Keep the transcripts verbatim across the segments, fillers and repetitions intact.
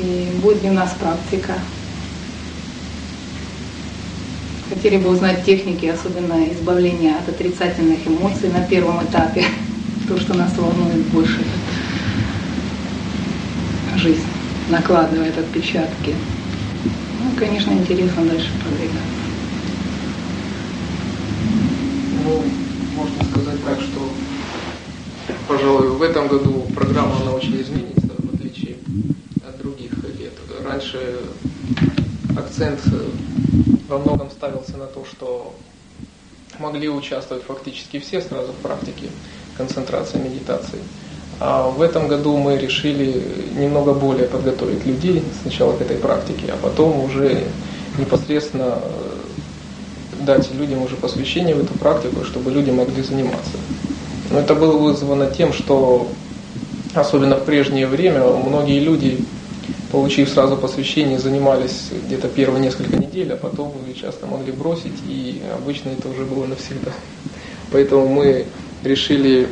и будет ли у нас практика. Хотели бы узнать техники, особенно избавления от отрицательных эмоций на первом этапе, то, что нас волнует больше. Жизнь накладывает отпечатки. Ну, конечно, интересно дальше продвигаться. Ну, можно сказать так, что, пожалуй, в этом году программа она очень изменится, в отличие от других лет. Раньше акцент во многом ставился на то, что могли участвовать фактически все сразу в практике концентрации, медитации. А в этом году мы решили немного более подготовить людей сначала к этой практике, а потом уже непосредственно дать людям уже посвящение в эту практику, чтобы люди могли заниматься. Но это было вызвано тем, что особенно в прежнее время многие люди, получив сразу посвящение, занимались где-то первые несколько недель, а потом часто могли бросить, и обычно это уже было навсегда. Поэтому мы решили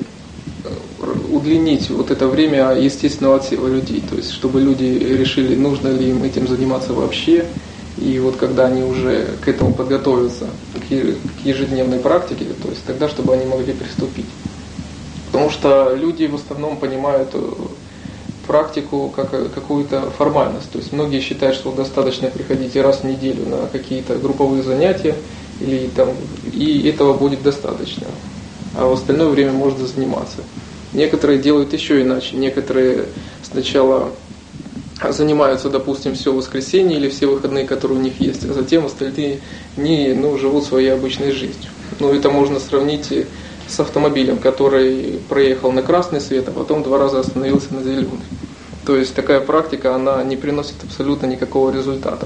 удлинить вот это время естественного отсева людей, то есть чтобы люди решили, нужно ли им этим заниматься вообще, и вот когда они уже к этому подготовятся, к ежедневной практике, то есть тогда, чтобы они могли приступить. Потому что люди в основном понимают практику как какую-то формальность, то есть многие считают, что достаточно приходить раз в неделю на какие-то групповые занятия, или там, и этого будет достаточно, а в остальное время можно заниматься. Некоторые делают еще иначе. Некоторые сначала занимаются, допустим, все воскресенье или все выходные, которые у них есть, а затем остальные дни ну, живут своей обычной жизнью. Ну, это можно сравнить с автомобилем, который проехал на красный свет, а потом два раза остановился на зеленый. То есть такая практика, она не приносит абсолютно никакого результата.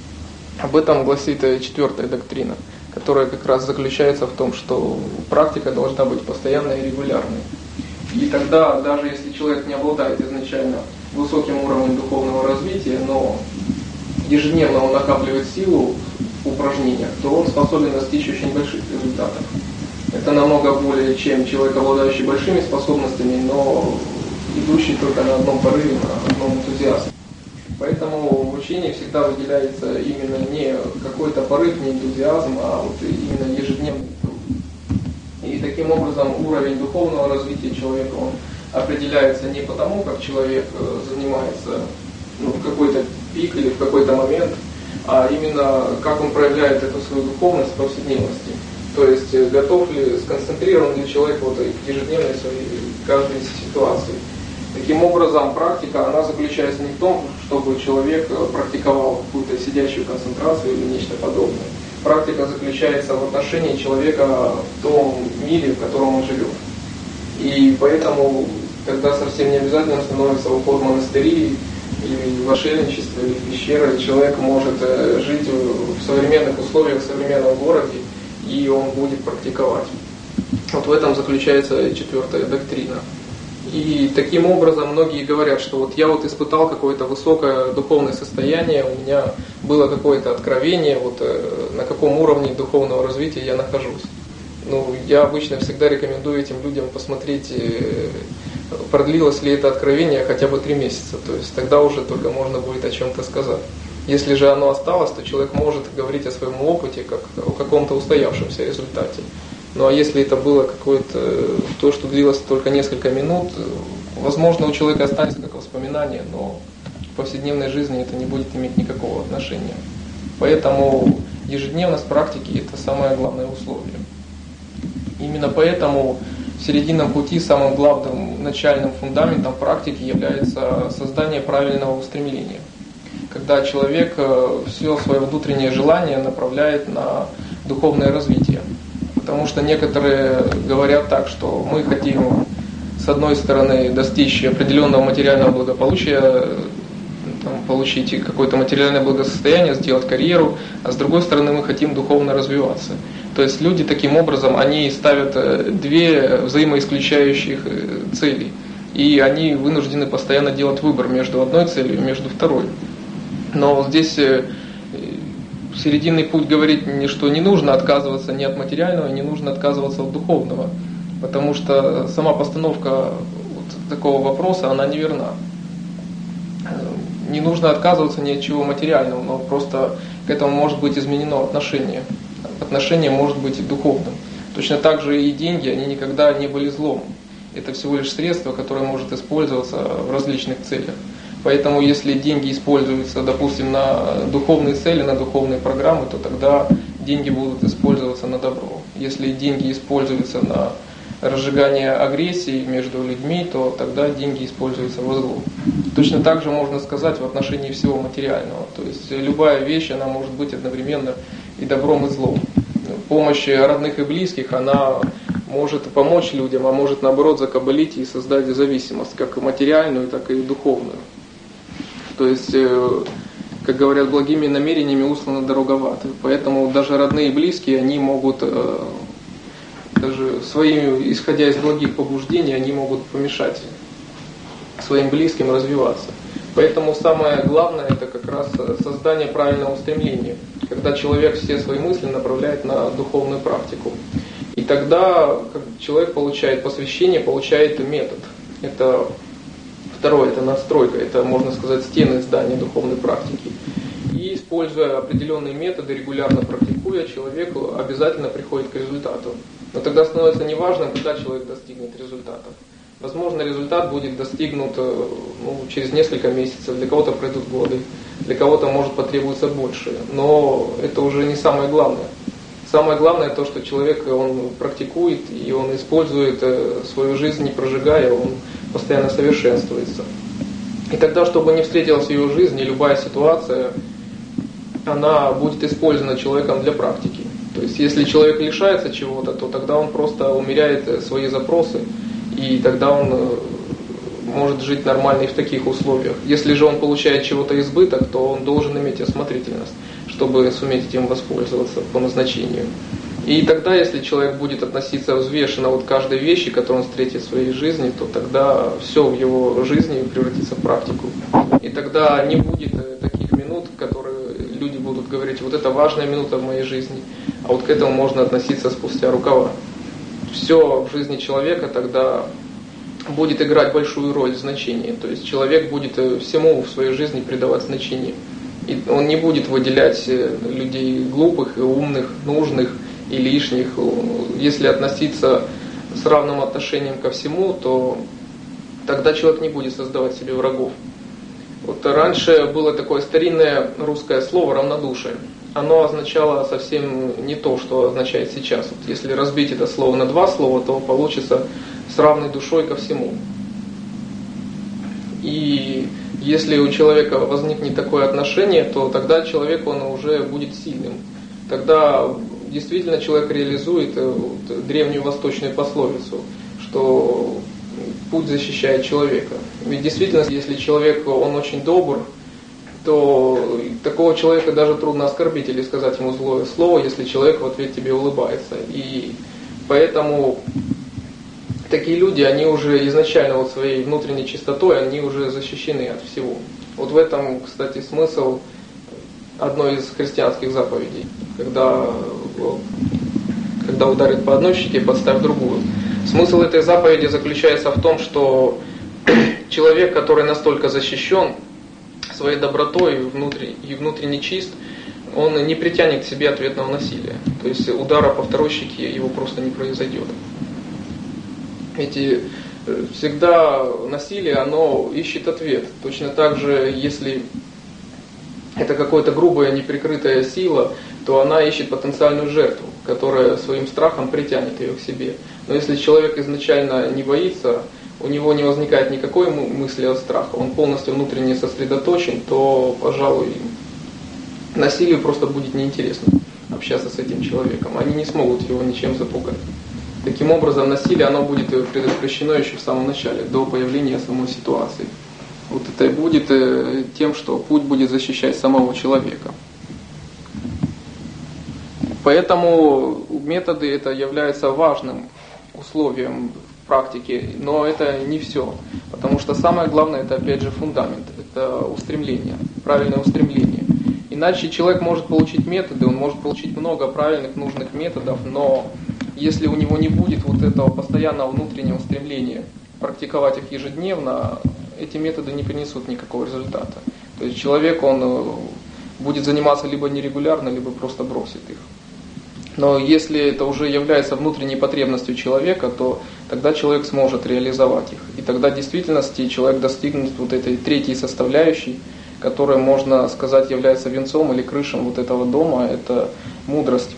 Об этом гласит четвертая доктрина, которая как раз заключается в том, что практика должна быть постоянной и регулярной. И тогда, даже если человек не обладает изначально высоким уровнем духовного развития, но ежедневно он накапливает силу в упражнениях, то он способен достичь очень больших результатов. Это намного более, чем человек, обладающий большими способностями, но идущий только на одном порыве, на одном энтузиазме. Поэтому в учении всегда выделяется именно не какой-то порыв, не энтузиазм, а вот именно ежедневный труд. И таким образом уровень духовного развития человека он определяется не потому, как человек занимается ну, в какой-то пик или в какой-то момент, а именно как он проявляет эту свою духовность в повседневности. То есть готов ли, сконцентрирован ли человек вот в ежедневной своей каждой ситуации. Таким образом, практика, она заключается не в том, чтобы человек практиковал какую-то сидящую концентрацию или нечто подобное. Практика заключается в отношении человека в том мире, в котором он живет. И поэтому тогда совсем не обязательно становится уход в монастыри или в отшельничество, или в пещеры. Человек может жить в современных условиях, в современном городе, и он будет практиковать. Вот в этом заключается четвертая доктрина. И таким образом многие говорят, что вот я вот испытал какое-то высокое духовное состояние, у меня было какое-то откровение, вот на каком уровне духовного развития я нахожусь. Ну, я обычно всегда рекомендую этим людям посмотреть, продлилось ли это откровение хотя бы три месяца, то есть тогда уже только можно будет о чем-то сказать. Если же оно осталось, то человек может говорить о своем опыте, как о каком-то устоявшемся результате. Ну а если это было какое-то, то, что длилось только несколько минут, возможно, у человека останется как воспоминание, но в повседневной жизни это не будет иметь никакого отношения. Поэтому ежедневность практики – это самое главное условие. Именно поэтому в серединном пути самым главным начальным фундаментом практики является создание правильного устремления. Когда человек все свое внутреннее желание направляет на духовное развитие. Потому что некоторые говорят так, что мы хотим с одной стороны достичь определенного материального благополучия, там, получить какое-то материальное благосостояние, сделать карьеру, а с другой стороны мы хотим духовно развиваться. То есть люди таким образом, они ставят две взаимоисключающих цели, и они вынуждены постоянно делать выбор между одной целью и между второй. Но здесь серединный путь говорит, что не нужно отказываться ни от материального, не нужно отказываться от духовного, потому что сама постановка вот такого вопроса, она неверна. не нужно отказываться ни от чего материального, но просто к этому может быть изменено отношение. Отношение может быть и духовным. Точно так же и деньги, они никогда не были злом. Это всего лишь средство, которое может использоваться в различных целях. Поэтому если деньги используются, допустим, на духовные цели, на духовные программы, то тогда деньги будут использоваться на добро. Если деньги используются на разжигание агрессии между людьми, то тогда деньги используются во зло. Точно так же можно сказать в отношении всего материального. То есть любая вещь, она может быть одновременно и добром, и злом. Помощь родных и близких, она может помочь людям, а может наоборот закабалить и создать зависимость, как и материальную, так и духовную. То есть, как говорят, благими намерениями услана дорога в ад. Поэтому даже родные и близкие, они могут, даже своими, исходя из благих побуждений, они могут помешать своим близким развиваться. Поэтому самое главное, это как раз создание правильного устремления, когда человек все свои мысли направляет на духовную практику. И тогда человек получает посвящение, получает метод. Это второе, это настройка, это, можно сказать, стены здания духовной практики. И используя определенные методы, регулярно практикуя, человек обязательно приходит к результату. Но тогда становится неважно, когда человек достигнет результата. Возможно, результат будет достигнут ну, через несколько месяцев, для кого-то пройдут годы, для кого-то может потребуется больше. Но это уже не самое главное. Самое главное то, что человек он практикует и он использует свою жизнь, не прожигая, он постоянно совершенствуется. И тогда, чтобы не встретилась в его жизни любая ситуация, она будет использована человеком для практики. То есть, если человек лишается чего-то, то тогда он просто умеряет свои запросы, и тогда он может жить нормально и в таких условиях. Если же он получает чего-то избыток, то он должен иметь осмотрительность, чтобы суметь этим воспользоваться по назначению. И тогда, если человек будет относиться взвешенно вот к каждой вещи, которую он встретит в своей жизни, то тогда все в его жизни превратится в практику. И тогда не будет таких минут, которые люди будут говорить, вот это важная минута в моей жизни, а вот к этому можно относиться спустя рукава. Все в жизни человека тогда будет играть большую роль, значение. То есть человек будет всему в своей жизни придавать значение. И он не будет выделять людей глупых, умных, нужных и лишних. Если относиться с равным отношением ко всему, то тогда человек не будет создавать себе врагов. Вот раньше было такое старинное русское слово «равнодушие». Оно означало совсем не то, что означает сейчас. Вот если разбить это слово на два слова, то получится «с равной душой ко всему». И если у человека возникнет такое отношение, то тогда человек он уже будет сильным. Тогда действительно человек реализует вот древнюю восточную пословицу, что путь защищает человека. Ведь действительно, если человек он очень добр, то такого человека даже трудно оскорбить или сказать ему злое слово, если человек в ответ тебе улыбается. И поэтому такие люди, они уже изначально вот своей внутренней чистотой, они уже защищены от всего. Вот в этом, кстати, смысл одной из христианских заповедей. Когда, когда ударит по одной щеке, подставь другую. Смысл этой заповеди заключается в том, что человек, который настолько защищен своей добротой внутри, и внутренне чист, он не притянет к себе ответного насилия. То есть удара по второй щеке его просто не произойдет. Ведь всегда насилие, оно ищет ответ. Точно так же, если это какая-то грубая, неприкрытая сила, то она ищет потенциальную жертву, которая своим страхом притянет ее к себе. Но если человек изначально не боится, у него не возникает никакой мысли о страхе, он полностью внутренне сосредоточен, то, пожалуй, насилию просто будет неинтересно общаться с этим человеком. Они не смогут его ничем запугать. Таким образом, насилие оно будет предотвращено еще в самом начале, до появления самой ситуации. Вот это и будет тем, что путь будет защищать самого человека. Поэтому методы это являются важным условием в практике, но это не все. Потому что самое главное это опять же фундамент, это устремление, правильное устремление. Иначе человек может получить методы, он может получить много правильных, нужных методов, но если у него не будет вот этого постоянного внутреннего стремления практиковать их ежедневно, эти методы не принесут никакого результата. То есть человек, он будет заниматься либо нерегулярно, либо просто бросит их. Но если это уже является внутренней потребностью человека, то тогда человек сможет реализовать их. И тогда в действительности человек достигнет вот этой третьей составляющей, которая, можно сказать, является венцом или крышем вот этого дома. Это мудрость,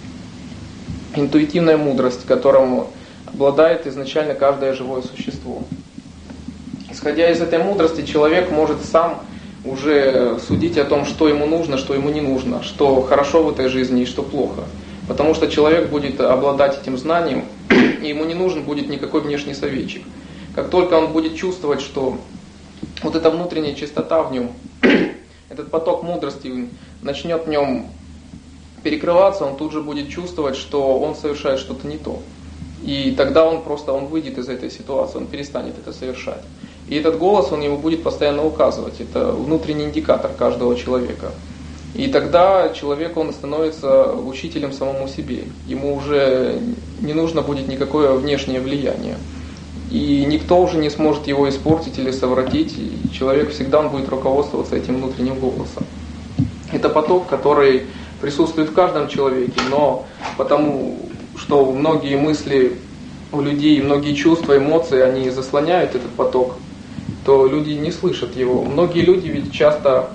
интуитивная мудрость, которым обладает изначально каждое живое существо. Исходя из этой мудрости, человек может сам уже судить о том, что ему нужно, что ему не нужно, что хорошо в этой жизни и что плохо. Потому что человек будет обладать этим знанием, и ему не нужен будет никакой внешний советчик. Как только он будет чувствовать, что вот эта внутренняя чистота в нем, этот поток мудрости начнет в нем перекрываться, он тут же будет чувствовать, что он совершает что-то не то. И тогда он просто он выйдет из этой ситуации, он перестанет это совершать. И этот голос, он ему будет постоянно указывать. Это внутренний индикатор каждого человека. И тогда человек, он становится учителем самому себе. Ему уже не нужно будет никакое внешнее влияние. И никто уже не сможет его испортить или совратить. И человек всегда он будет руководствоваться этим внутренним голосом. Это поток, который присутствует в каждом человеке, но потому что многие мысли у людей, многие чувства, эмоции, они заслоняют этот поток, то люди не слышат его. Многие люди ведь часто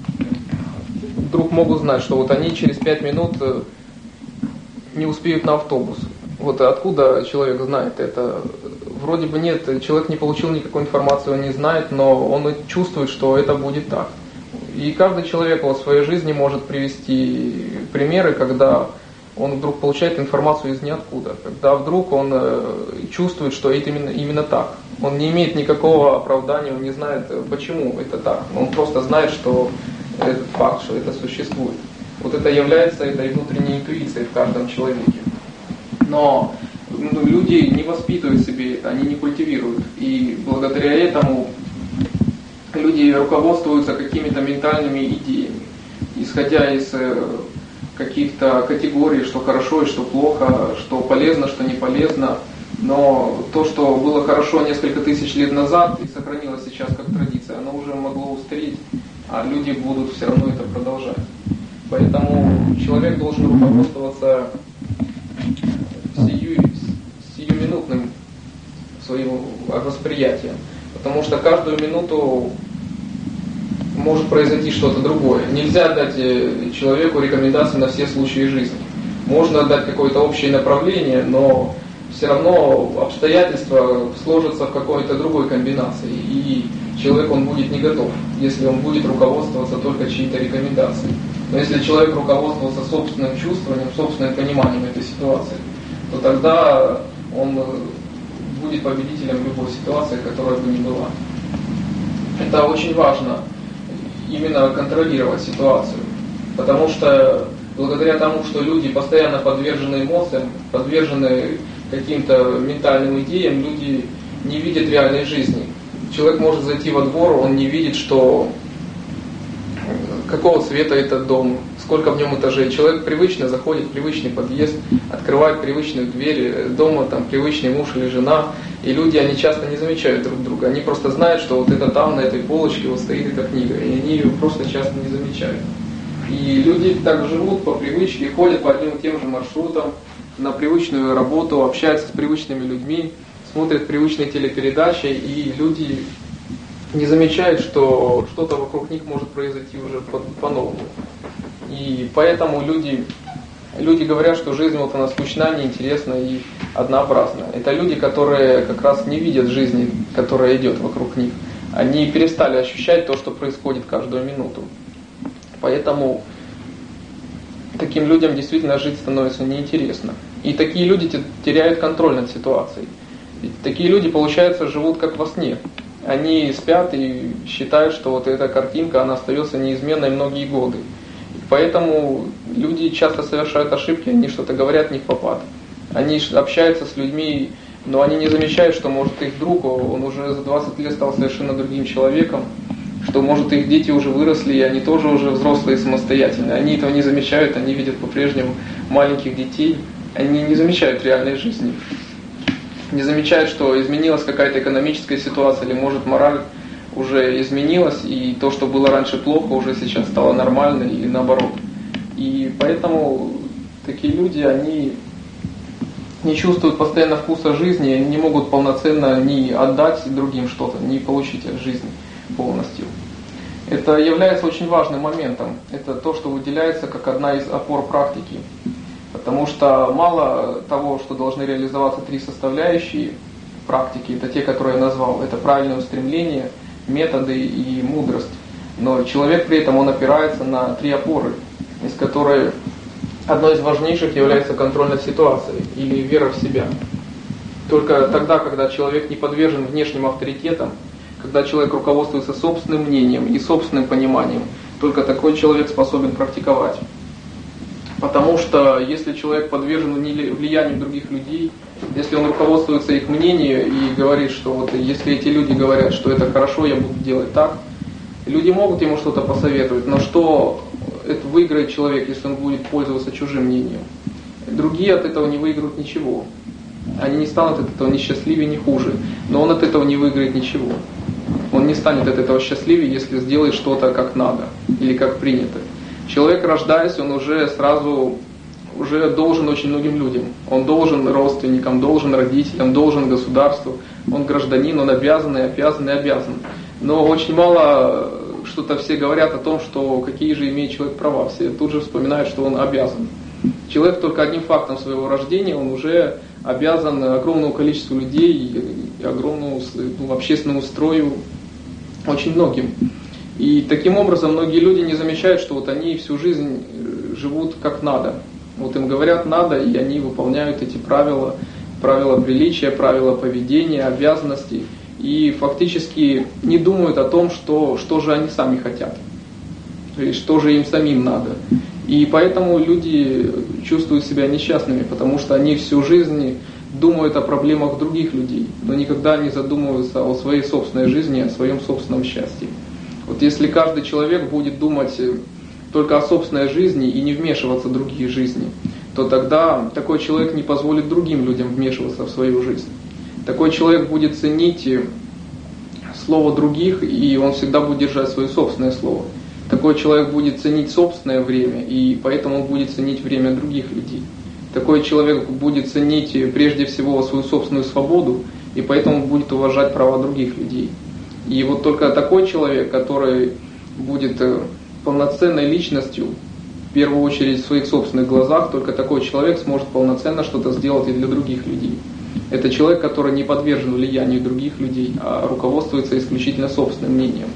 вдруг могут знать, что вот они через пять минут не успеют на автобус. Вот откуда человек знает это? Вроде бы нет, человек не получил никакой информации, он не знает, но он чувствует, что это будет так. И каждый человек в своей жизни может привести примеры, когда он вдруг получает информацию из ниоткуда, когда вдруг он чувствует, что это именно, именно так. Он не имеет никакого оправдания, он не знает, почему это так. Он просто знает, что этот факт, что это существует. Вот это является этой внутренней интуицией в каждом человеке. Но ну, люди не воспитывают себе это, они не культивируют. И благодаря этому люди руководствуются какими-то ментальными идеями, исходя из каких-то категорий, что хорошо и что плохо, что полезно, что не полезно. Но то, что было хорошо несколько тысяч лет назад и сохранилось сейчас как традиция, оно уже могло устареть, а люди будут все равно это продолжать. Поэтому человек должен руководствоваться сию, сиюминутным своим восприятием. Потому что каждую минуту может произойти что-то другое. Нельзя дать человеку рекомендации на все случаи жизни. Можно дать какое-то общее направление, но все равно обстоятельства сложатся в какой-то другой комбинации. И человек он будет не готов, если он будет руководствоваться только чьей-то рекомендацией. Но если человек руководствовался собственным чувствованием, собственным пониманием этой ситуации, то тогда он будет победителем в любой ситуации, которая бы ни была. Это очень важно, именно контролировать ситуацию. Потому что благодаря тому, что люди постоянно подвержены эмоциям, подвержены каким-то ментальным идеям, люди не видят реальной жизни. Человек может зайти во двор, он не видит, что какого цвета этот дом, сколько в нем этажей. Человек привычно заходит в привычный подъезд, открывает привычную дверь, дома там привычный муж или жена, и люди, они часто не замечают друг друга. Они просто знают, что вот это там, на этой полочке вот стоит эта книга, и они ее просто часто не замечают. И люди так живут по привычке, ходят по одним и тем же маршрутам, на привычную работу, общаются с привычными людьми, смотрят привычные телепередачи, и люди не замечают, что что-то вокруг них может произойти уже по- по-новому. И поэтому люди, люди говорят, что жизнь вот она скучна, неинтересна и однообразна. Это люди, которые как раз не видят жизни, которая идет вокруг них. Они перестали ощущать то, что происходит каждую минуту. Поэтому таким людям действительно жить становится неинтересно. И такие люди теряют контроль над ситуацией. Ведь такие люди, получается, живут как во сне. Они спят и считают, что вот эта картинка, она остается неизменной многие годы. И поэтому люди часто совершают ошибки, они что-то говорят не впопад. Они общаются с людьми, но они не замечают, что может их друг, он уже за двадцать лет стал совершенно другим человеком, что может их дети уже выросли, и они тоже уже взрослые самостоятельные. Они этого не замечают, они видят по-прежнему маленьких детей, они не замечают реальной жизни. Не замечают, что изменилась какая-то экономическая ситуация, или может мораль уже изменилось, и то, что было раньше плохо, уже сейчас стало нормально или наоборот. И поэтому такие люди, они не чувствуют постоянно вкуса жизни, не могут полноценно ни отдать другим что-то, ни получить от жизни полностью. Это является очень важным моментом. Это то, что выделяется как одна из опор практики. Потому что мало того, что должны реализоваться три составляющие практики, это те, которые я назвал, это правильное устремление, методы и мудрость. Но человек при этом, он опирается на три опоры, из которых одной из важнейших является контроль над ситуацией или вера в себя. Только тогда, когда человек не подвержен внешним авторитетам, когда человек руководствуется собственным мнением и собственным пониманием, только такой человек способен практиковать. Потому что если человек подвержен влиянию других людей, если он руководствуется их мнением и говорит, что вот если эти люди говорят, что это хорошо, я буду делать так, люди могут ему что-то посоветовать, но что это выиграет человек, если он будет пользоваться чужим мнением? Другие от этого не выиграют ничего. Они не станут от этого ни счастливее, ни хуже, но он от этого не выиграет ничего. Он не станет от этого счастливее, если сделает что-то как надо или как принято. Человек, рождаясь, он уже сразу уже должен очень многим людям. Он должен родственникам, должен родителям, должен государству. Он гражданин, он обязан и обязан и обязан. Но очень мало что-то все говорят о том, что какие же имеет человек права. Все тут же вспоминают, что он обязан. Человек только одним фактом своего рождения, он уже обязан огромному количеству людей и огромному ну, общественному строю, очень многим. И таким образом многие люди не замечают, что вот они всю жизнь живут как надо. Вот им говорят надо, и они выполняют эти правила, правила приличия, правила поведения, обязанностей. И фактически не думают о том, что, что же они сами хотят, и что же им самим надо. И поэтому люди чувствуют себя несчастными, потому что они всю жизнь думают о проблемах других людей, но никогда не задумываются о своей собственной жизни, о своем собственном счастье. Вот если каждый человек будет думать только о собственной жизни и не вмешиваться в другие жизни, то тогда такой человек не позволит другим людям вмешиваться в свою жизнь. Такой человек будет ценить слово других, и он всегда будет держать свое собственное слово. Такой человек будет ценить собственное время, и поэтому он будет ценить время других людей. Такой человек будет ценить прежде всего свою собственную свободу, и поэтому будет уважать права других людей. И вот только такой человек, который будет полноценной личностью, в первую очередь в своих собственных глазах, только такой человек сможет полноценно что-то сделать и для других людей. Это человек, который не подвержен влиянию других людей, а руководствуется исключительно собственным мнением.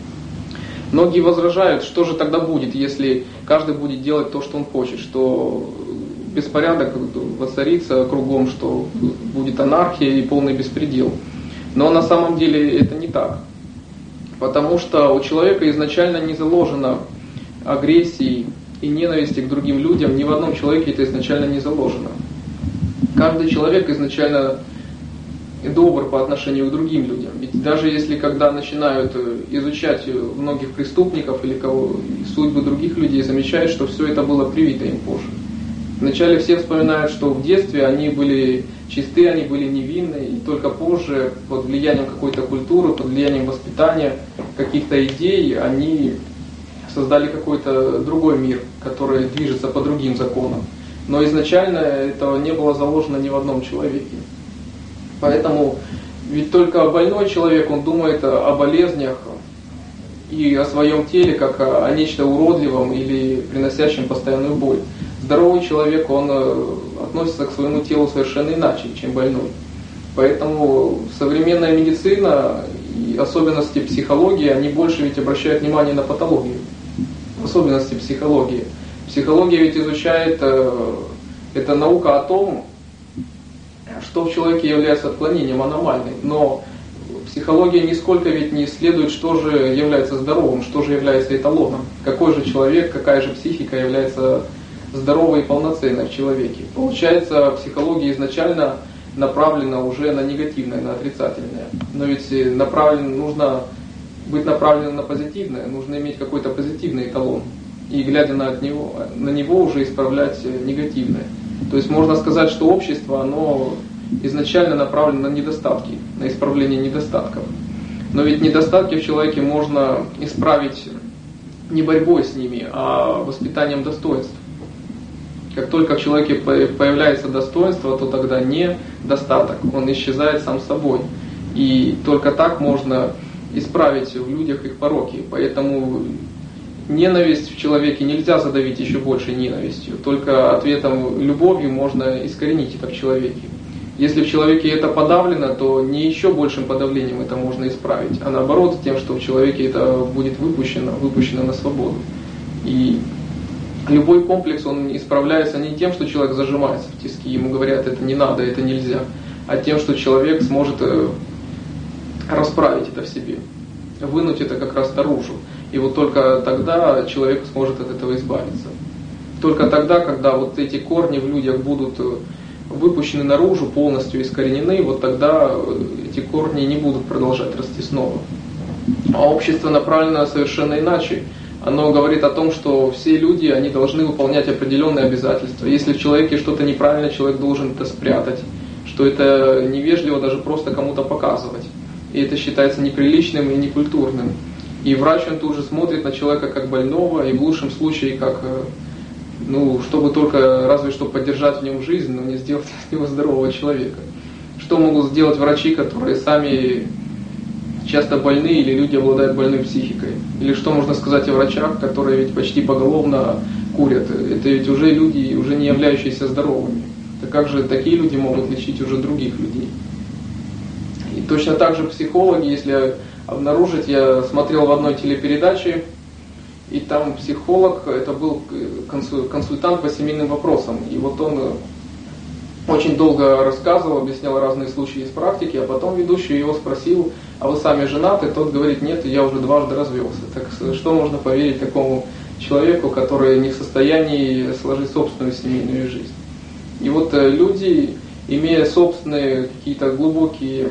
Многие возражают, что же тогда будет, если каждый будет делать то, что он хочет, что беспорядок воцарится кругом, что будет анархия и полный беспредел. Но на самом деле это не так. Потому что у человека изначально не заложено агрессии и ненависти к другим людям, ни в одном человеке это изначально не заложено. Каждый человек изначально добр по отношению к другим людям. Ведь даже если когда начинают изучать многих преступников или кого, судьбы других людей, замечают, что все это было привито им позже. Вначале все вспоминают, что в детстве они были чисты, они были невинны, и только позже, под влиянием какой-то культуры, под влиянием воспитания, каких-то идей, они создали какой-то другой мир, который движется по другим законам. Но изначально этого не было заложено ни в одном человеке. Поэтому ведь только больной человек, он думает о болезнях и о своем теле как о, о нечто уродливом или приносящем постоянную боль. Здоровый человек, он относится к своему телу совершенно иначе, чем больной. Поэтому современная медицина и особенности психологии, они больше ведь обращают внимание на патологию. Особенности психологии. Психология ведь изучает, это наука о том, что в человеке является отклонением, аномальным. Но психология нисколько ведь не исследует, что же является здоровым, что же является эталоном. Какой же человек, какая же психика является здоровой и полноценной в человеке. Получается, психология изначально направлена уже на негативное, на отрицательное. Но ведь направлен, нужно быть направленным на позитивное, нужно иметь какой-то позитивный эталон. И глядя на него, на него уже исправлять негативное. То есть можно сказать, что общество, оно изначально направлено на недостатки, на исправление недостатков. Но ведь недостатки в человеке можно исправить не борьбой с ними, а воспитанием достоинств. Как только в человеке появляется достоинство, то тогда недостаток, он исчезает сам собой. И только так можно исправить в людях их пороки. Поэтому ненависть в человеке нельзя задавить еще больше ненавистью. Только ответом любовью можно искоренить это в человеке. Если в человеке это подавлено, то не еще большим подавлением это можно исправить, а наоборот тем, что в человеке это будет выпущено, выпущено на свободу. И любой комплекс, он исправляется не тем, что человек зажимается в тиски, ему говорят, это не надо, это нельзя, а тем, что человек сможет расправить это в себе, вынуть это как раз наружу. И вот только тогда человек сможет от этого избавиться. Только тогда, когда вот эти корни в людях будут выпущены наружу, полностью искоренены, вот тогда эти корни не будут продолжать расти снова. А общество направлено совершенно иначе. Оно говорит о том, что все люди, они должны выполнять определенные обязательства. Если в человеке что-то неправильно, человек должен это спрятать, что это невежливо даже просто кому-то показывать. И это считается неприличным и некультурным. И врач, он тут же смотрит на человека как больного, и в лучшем случае как, ну, чтобы только разве что поддержать в нем жизнь, но не сделать из него здорового человека. Что могут сделать врачи, которые сами часто больны, или люди обладают больной психикой? Или что можно сказать о врачах, которые ведь почти поголовно курят? Это ведь уже люди, уже не являющиеся здоровыми. Так как же такие люди могут лечить уже других людей? И точно так же психологи, если обнаружить, я смотрел в одной телепередаче, и там психолог, это был консультант по семейным вопросам. И вот он очень долго рассказывал, объяснял разные случаи из практики, а потом ведущий его спросил, а вы сами женаты? Тот говорит, нет, я уже дважды развелся. Так что можно поверить такому человеку, который не в состоянии сложить собственную семейную жизнь? И вот люди, имея собственные какие-то глубокие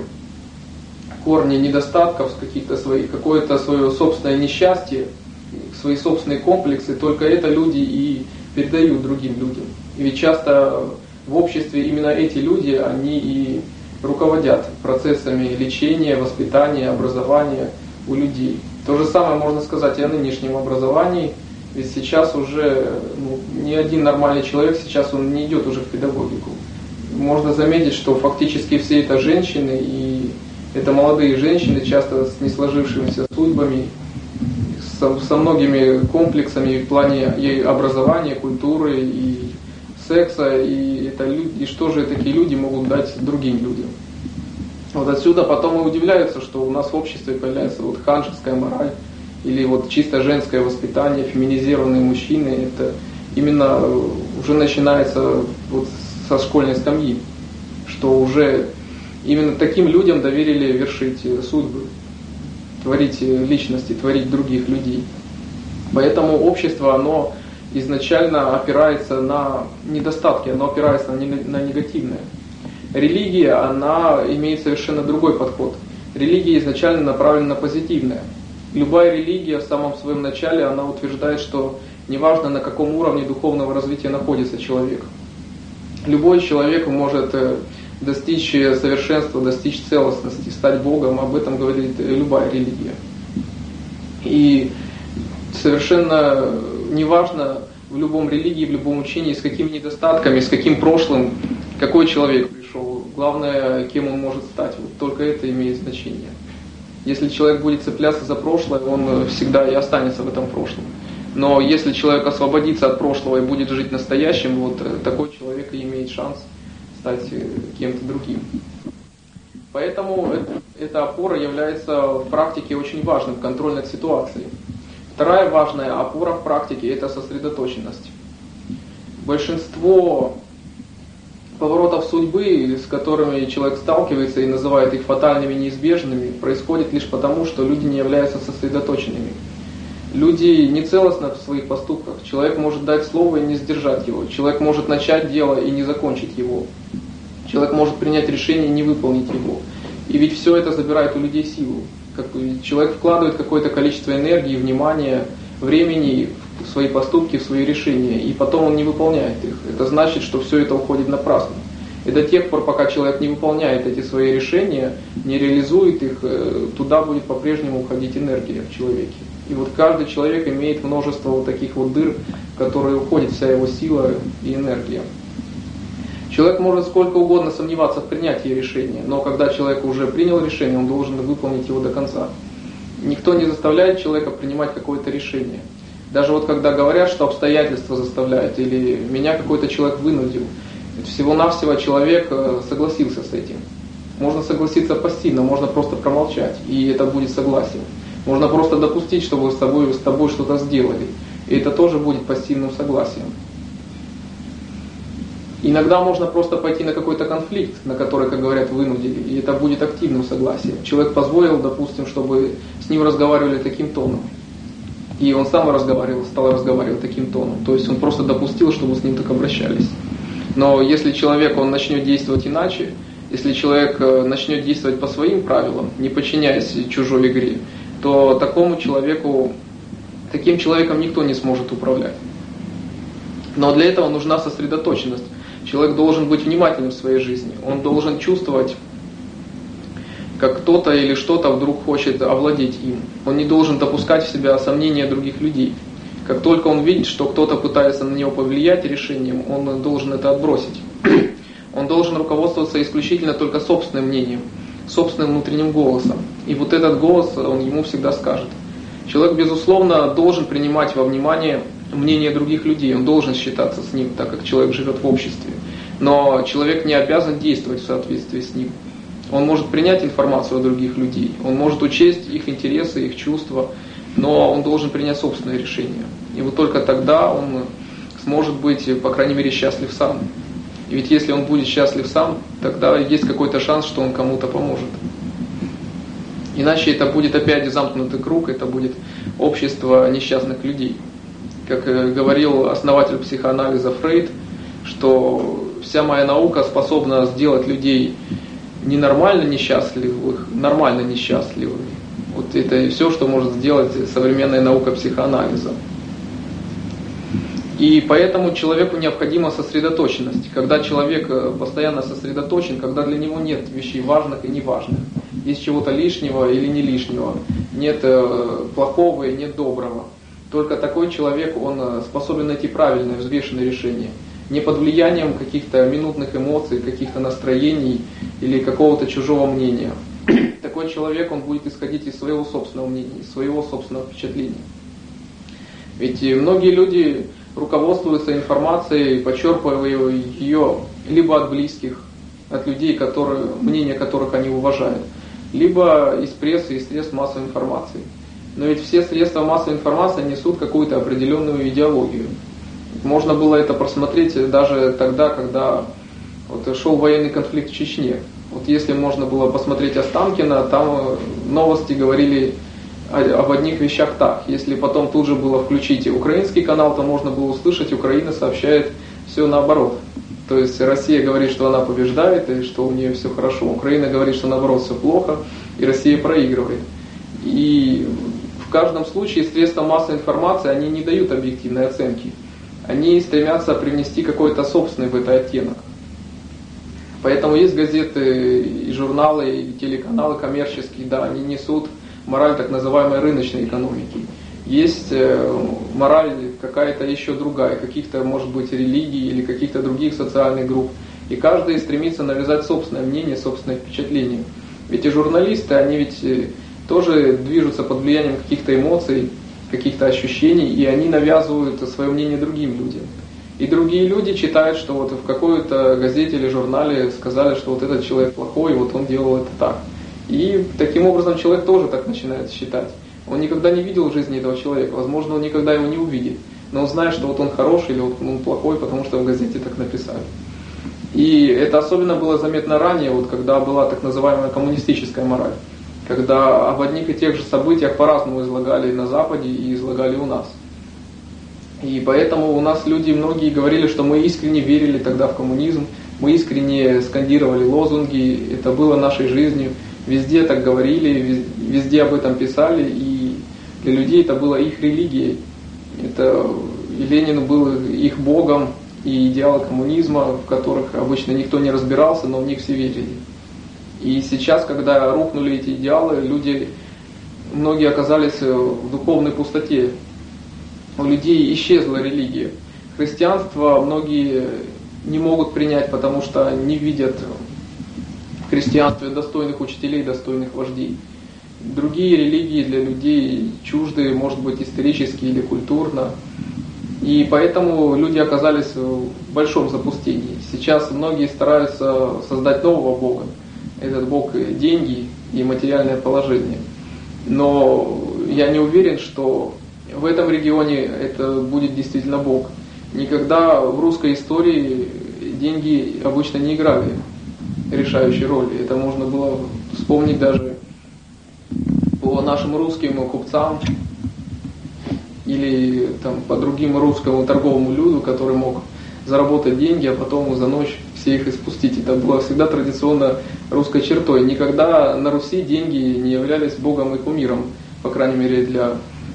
корни недостатков, какие-то свои, какое-то свое собственное несчастье, свои собственные комплексы, только это люди и передают другим людям. И ведь часто в обществе именно эти люди, они и руководят процессами лечения, воспитания, образования у людей. То же самое можно сказать и о нынешнем образовании, ведь сейчас уже ну, ни один нормальный человек, сейчас он не идет уже в педагогику. Можно заметить, что фактически все это женщины, и это молодые женщины, часто с несложившимися судьбами, со, со многими комплексами в плане и образования, культуры, и секса, и, это, и что же такие люди могут дать другим людям. Вот отсюда потом и удивляются, что у нас в обществе появляется вот ханжеская мораль, или вот чисто женское воспитание, феминизированные мужчины, это именно уже начинается вот со школьной скамьи, что уже именно таким людям доверили вершить судьбы, творить личности, творить других людей. Поэтому общество, оно изначально опирается на недостатки, оно опирается на негативное. Религия, она имеет совершенно другой подход. Религия изначально направлена на позитивное. Любая религия в самом своем начале, она утверждает, что неважно на каком уровне духовного развития находится человек. Любой человек может достичь совершенства, достичь целостности, стать Богом, об этом говорит любая религия. И совершенно неважно в любом религии, в любом учении, с какими недостатками, с каким прошлым, какой человек пришел. Главное, кем он может стать. Вот только это имеет значение. Если человек будет цепляться за прошлое, он всегда и останется в этом прошлом. Но если человек освободится от прошлого и будет жить настоящим, вот такой человек и имеет шанс стать кем-то другим. Поэтому эта опора является в практике очень важным, контроль над ситуацией. Вторая важная опора в практике – это сосредоточенность. Большинство поворотов судьбы, с которыми человек сталкивается и называет их фатальными, неизбежными, происходит лишь потому, что люди не являются сосредоточенными. Люди не целостны в своих поступках. Человек может дать слово и не сдержать его. Человек может начать дело и не закончить его. Человек может принять решение и не выполнить его. И ведь все это забирает у людей силу. Как человек вкладывает какое-то количество энергии, внимания, времени в свои поступки, в свои решения, и потом он не выполняет их. Это значит, что все это уходит напрасно. И до тех пор, пока человек не выполняет эти свои решения, не реализует их, туда будет по-прежнему уходить энергия в человеке. И вот каждый человек имеет множество вот таких вот дыр, в которые уходит вся его сила и энергия. Человек может сколько угодно сомневаться в принятии решения, но когда человек уже принял решение, он должен выполнить его до конца. Никто не заставляет человека принимать какое-то решение. Даже вот когда говорят, что обстоятельства заставляют, или меня какой-то человек вынудил, всего-навсего человек согласился с этим. Можно согласиться пассивно, можно просто промолчать, и это будет согласие. Можно просто допустить, чтобы с тобой, с тобой что-то сделали, и это тоже будет пассивным согласием. Иногда можно просто пойти на какой-то конфликт, на который, как говорят, вынудили, и это будет активным согласием. Человек позволил, допустим, чтобы с ним разговаривали таким тоном. И он сам разговаривал, стал разговаривать таким тоном. То есть он просто допустил, чтобы с ним так обращались. Но если человек, он начнет действовать иначе, если человек начнет действовать по своим правилам, не подчиняясь чужой игре, то такому человеку, таким человеком никто не сможет управлять. Но для этого нужна сосредоточенность. Человек должен быть внимательным в своей жизни. Он должен чувствовать, как кто-то или что-то вдруг хочет овладеть им. Он не должен допускать в себя сомнения других людей. Как только он видит, что кто-то пытается на него повлиять решением, он должен это отбросить. Он должен руководствоваться исключительно только собственным мнением, собственным внутренним голосом. И вот этот голос, он ему всегда скажет. Человек, безусловно, должен принимать во внимание мнение других людей, он должен считаться с ним, так как человек живет в обществе. Но человек не обязан действовать в соответствии с ним. Он может принять информацию о других людей, он может учесть их интересы, их чувства, но он должен принять собственное решение. И вот только тогда он сможет быть, по крайней мере, счастлив сам. И ведь если он будет счастлив сам, тогда есть какой-то шанс, что он кому-то поможет. Иначе это будет опять замкнутый круг, это будет общество несчастных людей. Как говорил основатель психоанализа Фрейд, что вся моя наука способна сделать людей ненормально несчастливых, нормально несчастливыми. Вот это и все, что может сделать современная наука психоанализа. И поэтому человеку необходима сосредоточенность. Когда человек постоянно сосредоточен, когда для него нет вещей важных и неважных, есть чего-то лишнего или не лишнего, нет плохого и нет доброго. Только такой человек, он способен найти правильное, взвешенное решение. Не под влиянием каких-то минутных эмоций, каких-то настроений или какого-то чужого мнения. Такой человек, он будет исходить из своего собственного мнения, из своего собственного впечатления. Ведь многие люди руководствуются информацией, почерпывая ее либо от близких, от людей, которые, мнение которых они уважают, либо из прессы, из средств массовой информации. Но ведь все средства массовой информации несут какую-то определенную идеологию. Можно было это просмотреть даже тогда, когда вот шел военный конфликт в Чечне. Вот если можно было посмотреть Останкино, там новости говорили об одних вещах так. Если потом тут же было включить украинский канал, то можно было услышать, Украина сообщает все наоборот. То есть Россия говорит, что она побеждает и что у нее все хорошо. Украина говорит, что наоборот все плохо, и Россия проигрывает. И в каждом случае средства массовой информации, они не дают объективной оценки. Они стремятся привнести какой-то собственный в это оттенок. Поэтому есть газеты и журналы, и телеканалы коммерческие, да, они несут мораль так называемой рыночной экономики. Есть мораль какая-то еще другая, каких-то, может быть, религий или каких-то других социальных групп. И каждый стремится навязать собственное мнение, собственное впечатление. Ведь и журналисты, они ведь тоже движутся под влиянием каких-то эмоций, каких-то ощущений, и они навязывают свое мнение другим людям. И другие люди читают, что вот в какой-то газете или журнале сказали, что вот этот человек плохой, и вот он делал это так. И таким образом человек тоже так начинает считать. Он никогда не видел в жизни этого человека, возможно, он никогда его не увидит. Но он знает, что вот он хороший или вот он плохой, потому что в газете так написали. И это особенно было заметно ранее, вот когда была так называемая коммунистическая мораль. Когда об одних и тех же событиях по-разному излагали на Западе и излагали у нас. И поэтому у нас люди многие говорили, что мы искренне верили тогда в коммунизм, мы искренне скандировали лозунги, это было нашей жизнью, везде так говорили, везде об этом писали, и для людей это было их религией. Это и Ленин был их богом, и идеалы коммунизма, в которых обычно никто не разбирался, но в них все верили. И сейчас, когда рухнули эти идеалы, люди, многие оказались в духовной пустоте. У людей исчезла религия. Христианство многие не могут принять, потому что не видят в христианстве достойных учителей, достойных вождей. Другие религии для людей чужды, может быть, исторически или культурно. И поэтому люди оказались в большом запустении. Сейчас многие стараются создать нового Бога. Этот Бог – деньги и материальное положение. Но я не уверен, что в этом регионе это будет действительно Бог. Никогда в русской истории деньги обычно не играли решающей роли. Это можно было вспомнить даже по нашим русским купцам или там, по другим русскому торговому люду, который мог заработать деньги, а потом за ночь все их испустить. Это было всегда традиционно русской чертой. Никогда на Руси деньги не являлись богом и кумиром, по крайней мере для,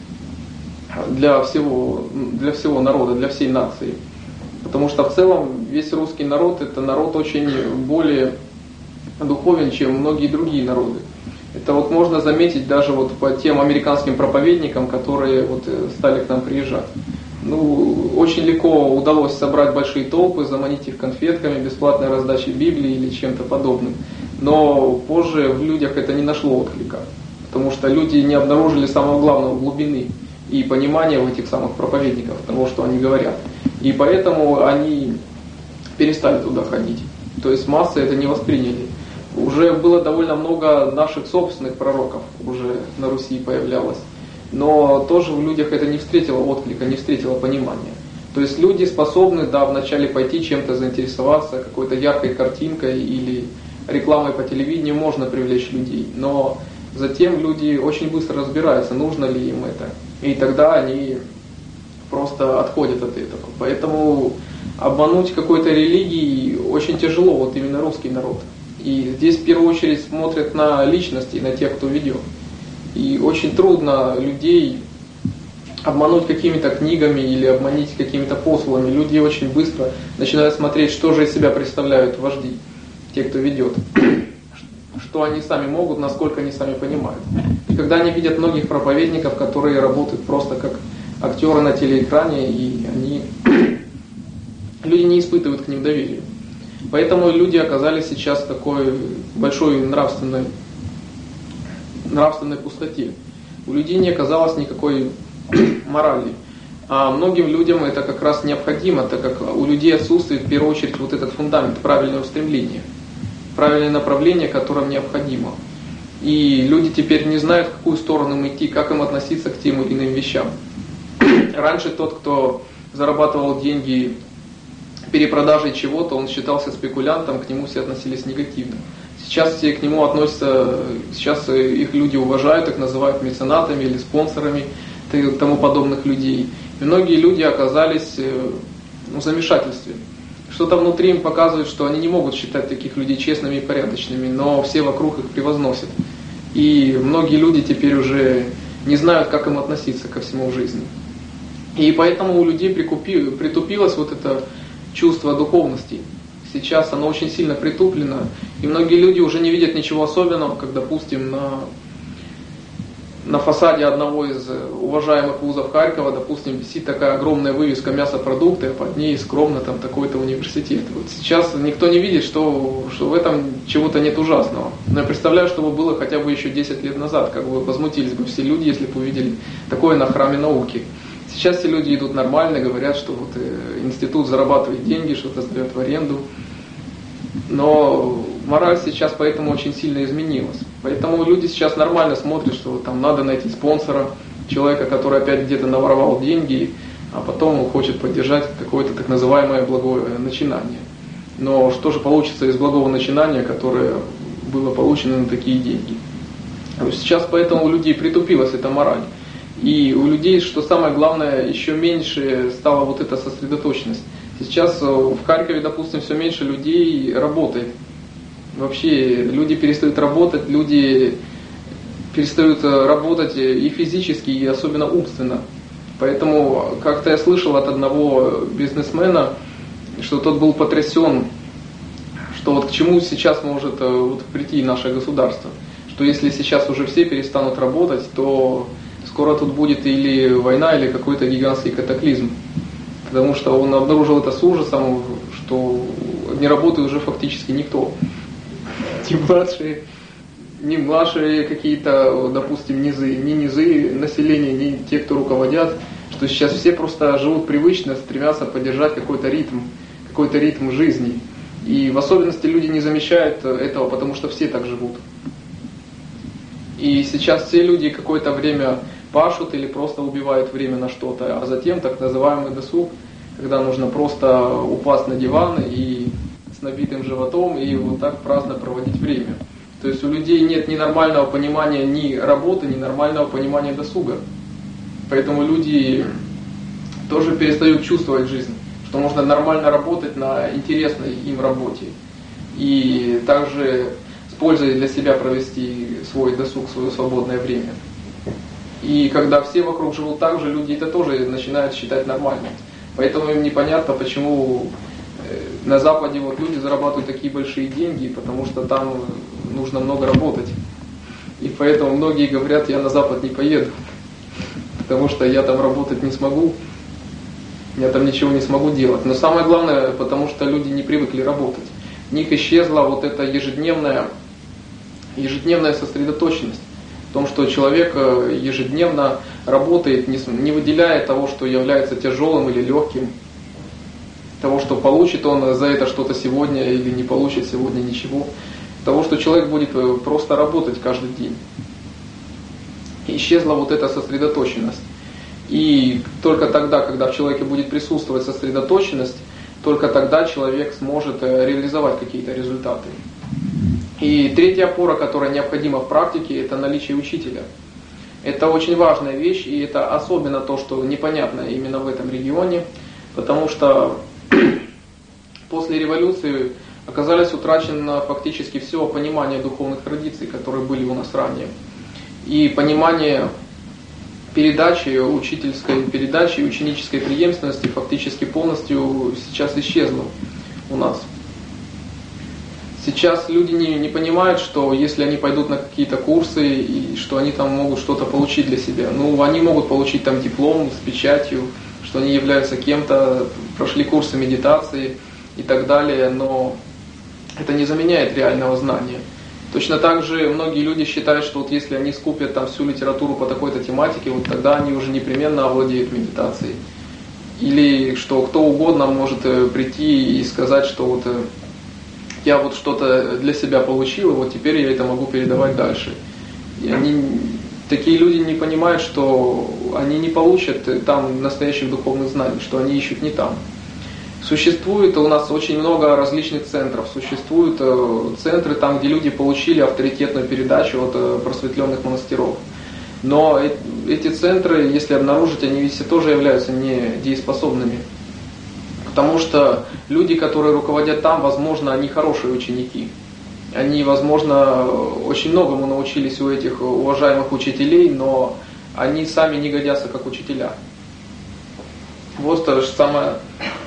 для, всего, для всего народа, для всей нации. Потому что в целом весь русский народ это народ очень более духовен, чем многие другие народы. Это вот можно заметить даже вот по тем американским проповедникам, которые вот стали к нам приезжать. Ну, очень легко удалось собрать большие толпы, заманить их конфетками, бесплатной раздачей Библии или чем-то подобным. Но позже в людях это не нашло отклика, потому что люди не обнаружили самого главного глубины и понимания в этих самых проповедников того, что они говорят. И поэтому они перестали туда ходить. То есть массы это не восприняли. Уже было довольно много наших собственных пророков, уже на Руси появлялось. Но тоже в людях это не встретило отклика, не встретило понимания. То есть люди способны, да, вначале пойти чем-то заинтересоваться, какой-то яркой картинкой или рекламой по телевидению можно привлечь людей. Но затем люди очень быстро разбираются, нужно ли им это. И тогда они просто отходят от этого. Поэтому обмануть какой-то религией очень тяжело, вот именно русский народ. И здесь в первую очередь смотрят на личности, на тех, кто ведет. И очень трудно людей обмануть какими-то книгами или обмануть какими-то послами. Люди очень быстро начинают смотреть, что же из себя представляют вожди, те, кто ведет. Что они сами могут, насколько они сами понимают. И когда они видят многих проповедников, которые работают просто как актеры на телеэкране, и они, люди не испытывают к ним доверия. Поэтому люди оказались сейчас в такой большой нравственной, нравственной пустоте. У людей не оказалось никакой морали. А многим людям это как раз необходимо, так как у людей отсутствует в первую очередь вот этот фундамент, правильное устремление, правильное направление, которым необходимо. И люди теперь не знают, в какую сторону им идти, как им относиться к тем или иным вещам. Раньше тот, кто зарабатывал деньги перепродажей чего-то, он считался спекулянтом, к нему все относились негативно. Сейчас все к нему относятся, сейчас их люди уважают, их называют меценатами или спонсорами и тому подобных людей. И многие люди оказались ну, в замешательстве. Что-то внутри им показывает, что они не могут считать таких людей честными и порядочными, но все вокруг их превозносят. И многие люди теперь уже не знают, как им относиться ко всему в жизни. И поэтому у людей прикупи, притупилось вот это чувство духовности. Сейчас оно очень сильно притуплено, и многие люди уже не видят ничего особенного, как, допустим, на, на фасаде одного из уважаемых вузов Харькова, допустим, висит такая огромная вывеска «Мясопродукты», а под ней скромно там такой-то университет. Вот сейчас никто не видит, что, что в этом чего-то нет ужасного. Но я представляю, что бы было хотя бы еще десять лет назад, как бы возмутились бы все люди, если бы увидели такое на храме науки. Сейчас все люди идут нормально, говорят, что вот институт зарабатывает деньги, что-то сдает в аренду. Но мораль сейчас поэтому очень сильно изменилась. Поэтому люди сейчас нормально смотрят, что вот там надо найти спонсора, человека, который опять где-то наворовал деньги, а потом он хочет поддержать какое-то так называемое благое начинание. Но что же получится из благого начинания, которое было получено на такие деньги? Сейчас поэтому у людей притупилась эта мораль. И у людей, что самое главное, еще меньше стала вот эта сосредоточенность. Сейчас в Харькове, допустим, все меньше людей работает. Вообще люди перестают работать, люди перестают работать и физически, и особенно умственно. Поэтому как-то я слышал от одного бизнесмена, что тот был потрясен, что вот к чему сейчас может вот прийти наше государство. Что если сейчас уже все перестанут работать, то скоро тут будет или война, или какой-то гигантский катаклизм. Потому что он обнаружил это с ужасом, что не работает уже фактически никто. Ни младшие, ни младшие какие-то, допустим, низы, ни низы населения, ни те, кто руководят, что сейчас все просто живут привычно, стремятся поддержать какой-то ритм, какой-то ритм жизни. И в особенности люди не замечают этого, потому что все так живут. И сейчас все люди какое-то время пашут или просто убивают время на что-то, а затем так называемый досуг, когда нужно просто упасть на диван и с набитым животом и вот так праздно проводить время. То есть у людей нет ни нормального понимания ни работы, ни нормального понимания досуга. Поэтому люди тоже перестают чувствовать жизнь, что можно нормально работать на интересной им работе. И также с пользой для себя провести свой досуг, свое свободное время. И когда все вокруг живут так же, люди это тоже начинают считать нормальным. Поэтому им непонятно, почему на Западе вот люди зарабатывают такие большие деньги, потому что там нужно много работать. И поэтому многие говорят, я на Запад не поеду, потому что я там работать не смогу, я там ничего не смогу делать. Но самое главное, потому что люди не привыкли работать. В них исчезла вот эта ежедневная, ежедневная сосредоточенность. В том, что человек ежедневно работает, не выделяя того, что является тяжелым или легким, того, что получит он за это что-то сегодня или не получит сегодня ничего, того, что человек будет просто работать каждый день. Исчезла вот эта сосредоточенность. И только тогда, когда в человеке будет присутствовать сосредоточенность, только тогда человек сможет реализовать какие-то результаты. И третья опора, которая необходима в практике, это наличие учителя. Это очень важная вещь, и это особенно то, что непонятно именно в этом регионе, потому что после революции оказалось утрачено фактически все понимание духовных традиций, которые были у нас ранее. И понимание передачи, учительской передачи, ученической преемственности фактически полностью сейчас исчезло у нас. Сейчас люди не, не понимают, что если они пойдут на какие-то курсы, и что они там могут что-то получить для себя. Ну, они могут получить там диплом с печатью, что они являются кем-то, прошли курсы медитации и так далее, но это не заменяет реального знания. Точно так же многие люди считают, что вот если они скупят там всю литературу по такой-то тематике, вот тогда они уже непременно овладеют медитацией. Или что кто угодно может прийти и сказать, что вот я вот что-то для себя получил, и вот теперь я это могу передавать дальше. И они, такие люди не понимают, что они не получат там настоящих духовных знаний, что они ищут не там. Существует у нас очень много различных центров. Существуют центры там, где люди получили авторитетную передачу от просветленных монастыров. Но эти центры, если обнаружить, они ведь все тоже являются недееспособными. Потому что люди, которые руководят там, возможно, они хорошие ученики. Они, возможно, очень многому научились у этих уважаемых учителей, но они сами не годятся как учителя. Вот то же самое.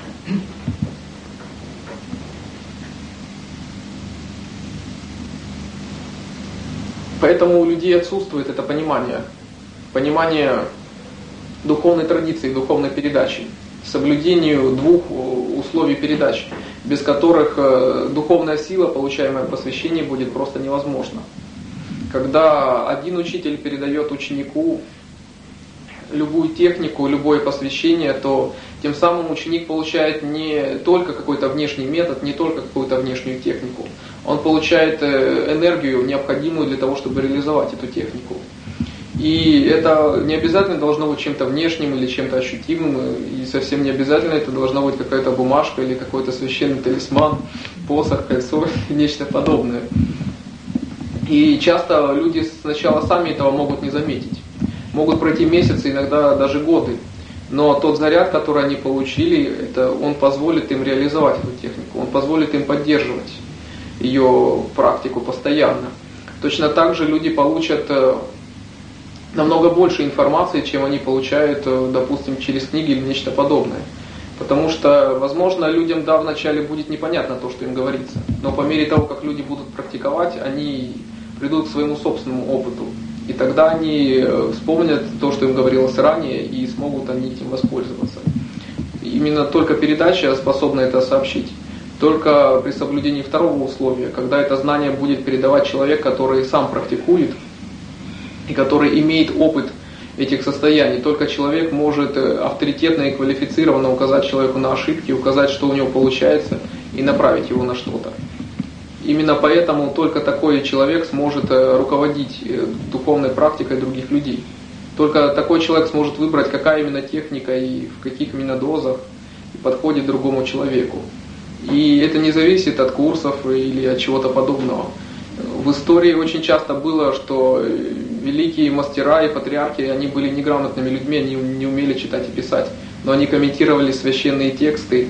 Поэтому у людей отсутствует это понимание. Понимание духовной традиции, духовной передачи. Соблюдению двух условий передачи, без которых духовная сила, получаемая в просвещении, будет просто невозможна. Когда один учитель передает ученику любую технику, любое посвящение, то тем самым ученик получает не только какой-то внешний метод, не только какую-то внешнюю технику. Он получает энергию, необходимую для того, чтобы реализовать эту технику. И это не обязательно должно быть чем-то внешним или чем-то ощутимым, и совсем не обязательно это должна быть какая-то бумажка или какой-то священный талисман, посох, кольцо, нечто подобное. И часто люди сначала сами этого могут не заметить. Могут пройти месяцы, иногда даже годы. Но тот заряд, который они получили, это он позволит им реализовать эту технику, он позволит им поддерживать ее практику постоянно. Точно так же люди получат намного больше информации, чем они получают, допустим, через книги или нечто подобное. Потому что, возможно, людям, да, вначале будет непонятно то, что им говорится. Но по мере того, как люди будут практиковать, они придут к своему собственному опыту. И тогда они вспомнят то, что им говорилось ранее, и смогут они этим воспользоваться. Именно только передача способна это сообщить. Только при соблюдении второго условия, когда это знание будет передавать человек, который сам практикует, и который имеет опыт этих состояний. Только человек может авторитетно и квалифицированно указать человеку на ошибки, указать, что у него получается, и направить его на что-то. Именно поэтому только такой человек сможет руководить духовной практикой других людей. Только такой человек сможет выбрать, какая именно техника и в каких именно дозах подходит другому человеку. И это не зависит от курсов или от чего-то подобного. В истории очень часто было, что великие мастера и патриархи, они были неграмотными людьми, они не умели читать и писать, но они комментировали священные тексты.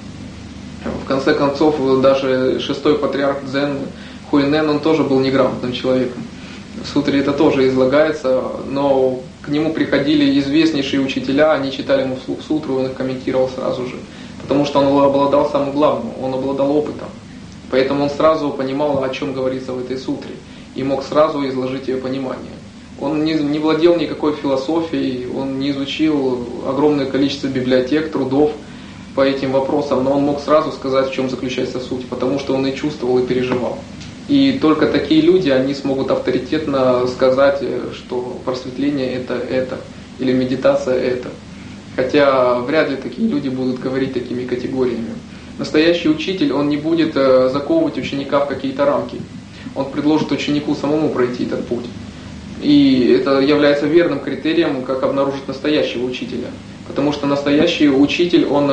В конце концов, даже шестой патриарх Дзен Хуйнен, он тоже был неграмотным человеком. В сутре это тоже излагается, но к нему приходили известнейшие учителя, они читали ему вслух сутру, он их комментировал сразу же, потому что он обладал самым главным, он обладал опытом. Поэтому он сразу понимал, о чем говорится в этой сутре, и мог сразу изложить ее понимание. Он не, не владел никакой философией, он не изучил огромное количество библиотек, трудов по этим вопросам, но он мог сразу сказать, в чем заключается суть, потому что он и чувствовал, и переживал. И только такие люди, они смогут авторитетно сказать, что просветление это это, или медитация это. Хотя вряд ли такие люди будут говорить такими категориями. Настоящий учитель, он не будет заковывать ученика в какие-то рамки. Он предложит ученику самому пройти этот путь. И это является верным критерием, как обнаружить настоящего учителя. Потому что настоящий учитель, он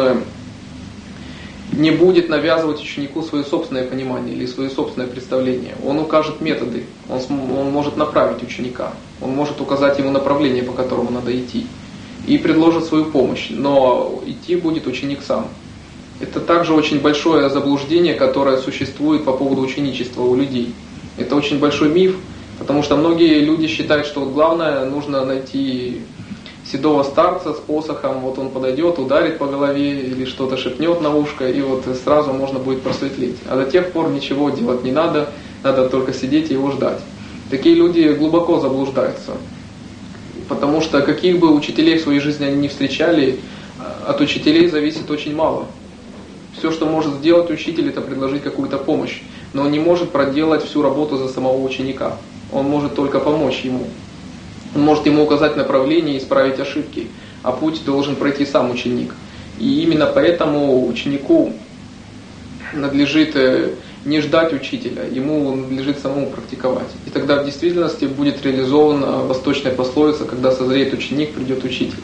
не будет навязывать ученику свое собственное понимание или свое собственное представление. Он укажет методы, он, он может направить ученика, он может указать ему направление, по которому надо идти. И предложит свою помощь, но идти будет ученик сам. Это также очень большое заблуждение, которое существует по поводу ученичества у людей. Это очень большой миф, потому что многие люди считают, что вот главное, нужно найти седого старца с посохом, вот он подойдет, ударит по голове или что-то шепнет на ушко, и вот сразу можно будет просветлеть. А до тех пор ничего делать не надо, надо только сидеть и его ждать. Такие люди глубоко заблуждаются, потому что каких бы учителей в своей жизни они не встречали, от учителей зависит очень мало. Все, что может сделать учитель, это предложить какую-то помощь, но он не может проделать всю работу за самого ученика. Он может только помочь ему. Он может ему указать направление и исправить ошибки, а путь должен пройти сам ученик. И именно поэтому ученику надлежит не ждать учителя, ему надлежит самому практиковать. И тогда в действительности будет реализована восточная пословица, когда созреет ученик, придет учитель.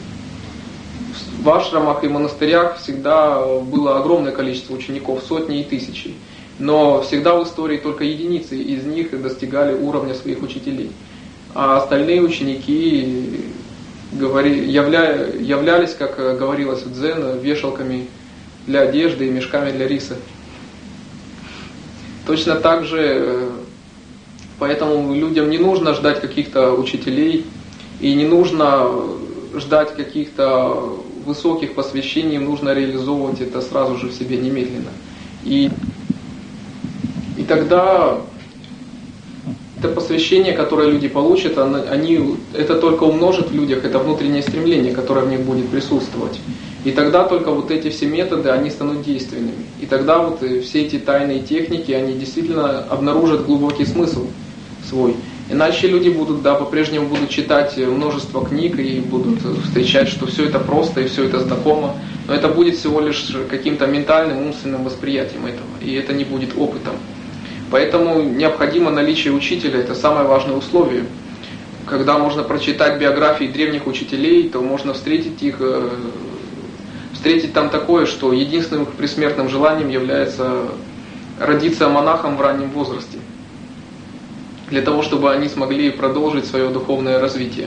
В ашрамах и монастырях всегда было огромное количество учеников, сотни и тысячи. Но всегда в истории только единицы из них достигали уровня своих учителей. А остальные ученики говори, явля, являлись, как говорилось в дзен, вешалками для одежды и мешками для риса. Точно так же, поэтому людям не нужно ждать каких-то учителей и не нужно ждать каких-то высоких посвящений, им нужно реализовывать это сразу же в себе немедленно. И, и тогда это посвящение, которое люди получат, они, это только умножит в людях это внутреннее стремление, которое в них будет присутствовать. И тогда только вот эти все методы, они станут действенными. И тогда вот все эти тайные техники, они действительно обнаружат глубокий смысл свой. Иначе люди будут, да, по-прежнему будут читать множество книг и будут встречать, что все это просто и все это знакомо. Но это будет всего лишь каким-то ментальным, умственным восприятием этого. И это не будет опытом. Поэтому необходимо наличие учителя, это самое важное условие. Когда можно прочитать биографии древних учителей, то можно встретить их, встретить там такое, что единственным их предсмертным желанием является родиться монахом в раннем возрасте, для того, чтобы они смогли продолжить свое духовное развитие.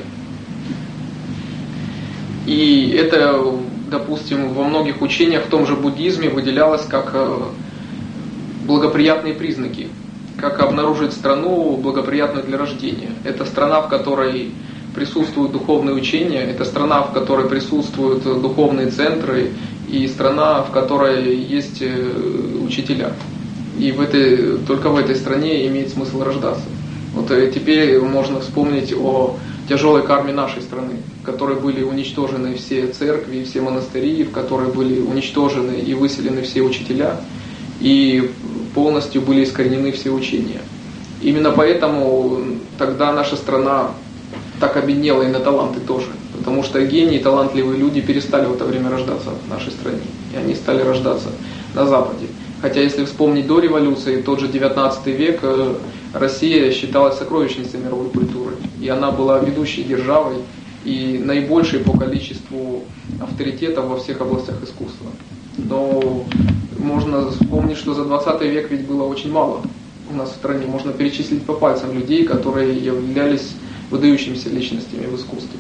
И это, допустим, во многих учениях, в том же буддизме выделялось как благоприятные признаки, как обнаружить страну, благоприятную для рождения. Это страна, в которой присутствуют духовные учения, это страна, в которой присутствуют духовные центры, и страна, в которой есть учителя. И в этой, только в этой стране имеет смысл рождаться. Вот теперь можно вспомнить о тяжелой карме нашей страны, в которой были уничтожены все церкви, все монастыри, в которой были уничтожены и выселены все учителя, и полностью были искоренены все учения. Именно поэтому тогда наша страна так обеднела и на таланты тоже, потому что гении, талантливые люди перестали в это время рождаться в нашей стране, и они стали рождаться на Западе. Хотя если вспомнить до революции, тот же девятнадцатый век, Россия считалась сокровищницей мировой культуры, и она была ведущей державой и наибольшей по количеству авторитетов во всех областях искусства. Но можно вспомнить, что за двадцатый век ведь было очень мало у нас в стране. Можно перечислить по пальцам людей, которые являлись выдающимися личностями в искусстве.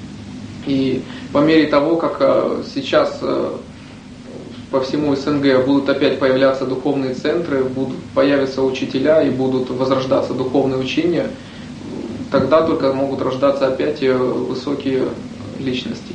И по мере того, как сейчас по всему СНГ будут опять появляться духовные центры, будут появятся учителя и будут возрождаться духовные учения, тогда только могут рождаться опять высокие личности.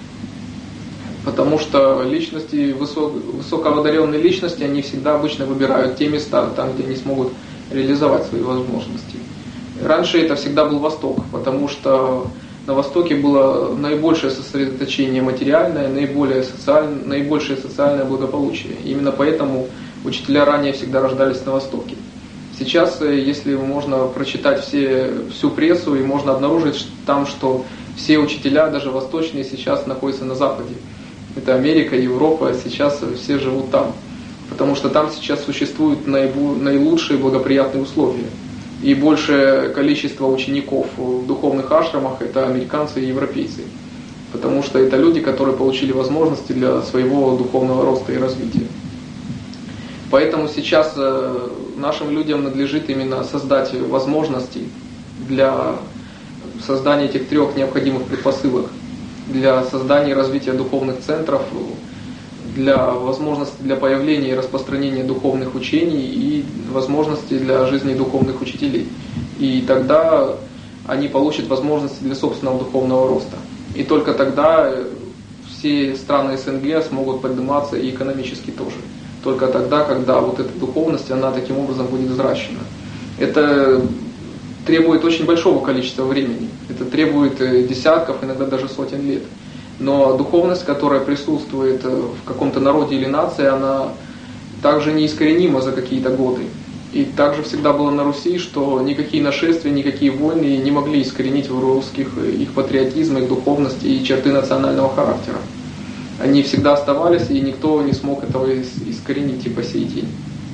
Потому что личности, высокоодаренные личности, они всегда обычно выбирают те места, там, где они смогут реализовать свои возможности. Раньше это всегда был Восток, потому что на Востоке было наибольшее сосредоточение материальное, наиболее социальное, наибольшее социальное благополучие. Именно поэтому учителя ранее всегда рождались на Востоке. Сейчас, если можно прочитать все, всю прессу, и можно обнаружить там, что все учителя, даже восточные, сейчас находятся на Западе. Это Америка, Европа, сейчас все живут там. Потому что там сейчас существуют наилучшие благоприятные условия. И большее количество учеников в духовных ашрамах – это американцы и европейцы. Потому что это люди, которые получили возможности для своего духовного роста и развития. Поэтому сейчас нашим людям надлежит именно создать возможности для создания этих трех необходимых предпосылок. Для создания и развития духовных центров, для возможности для появления и распространения духовных учений и возможности для жизни духовных учителей. И тогда они получат возможности для собственного духовного роста. И только тогда все страны СНГ смогут подниматься и экономически тоже. Только тогда, когда вот эта духовность, она таким образом будет взращена. Это требует очень большого количества времени. Это требует десятков, иногда даже сотен лет. Но духовность, которая присутствует в каком-то народе или нации, она также неискоренима за какие-то годы. И также всегда было на Руси, что никакие нашествия, никакие войны не могли искоренить в русских их патриотизм, их духовность и черты национального характера. Они всегда оставались, и никто не смог этого искоренить и по сей день.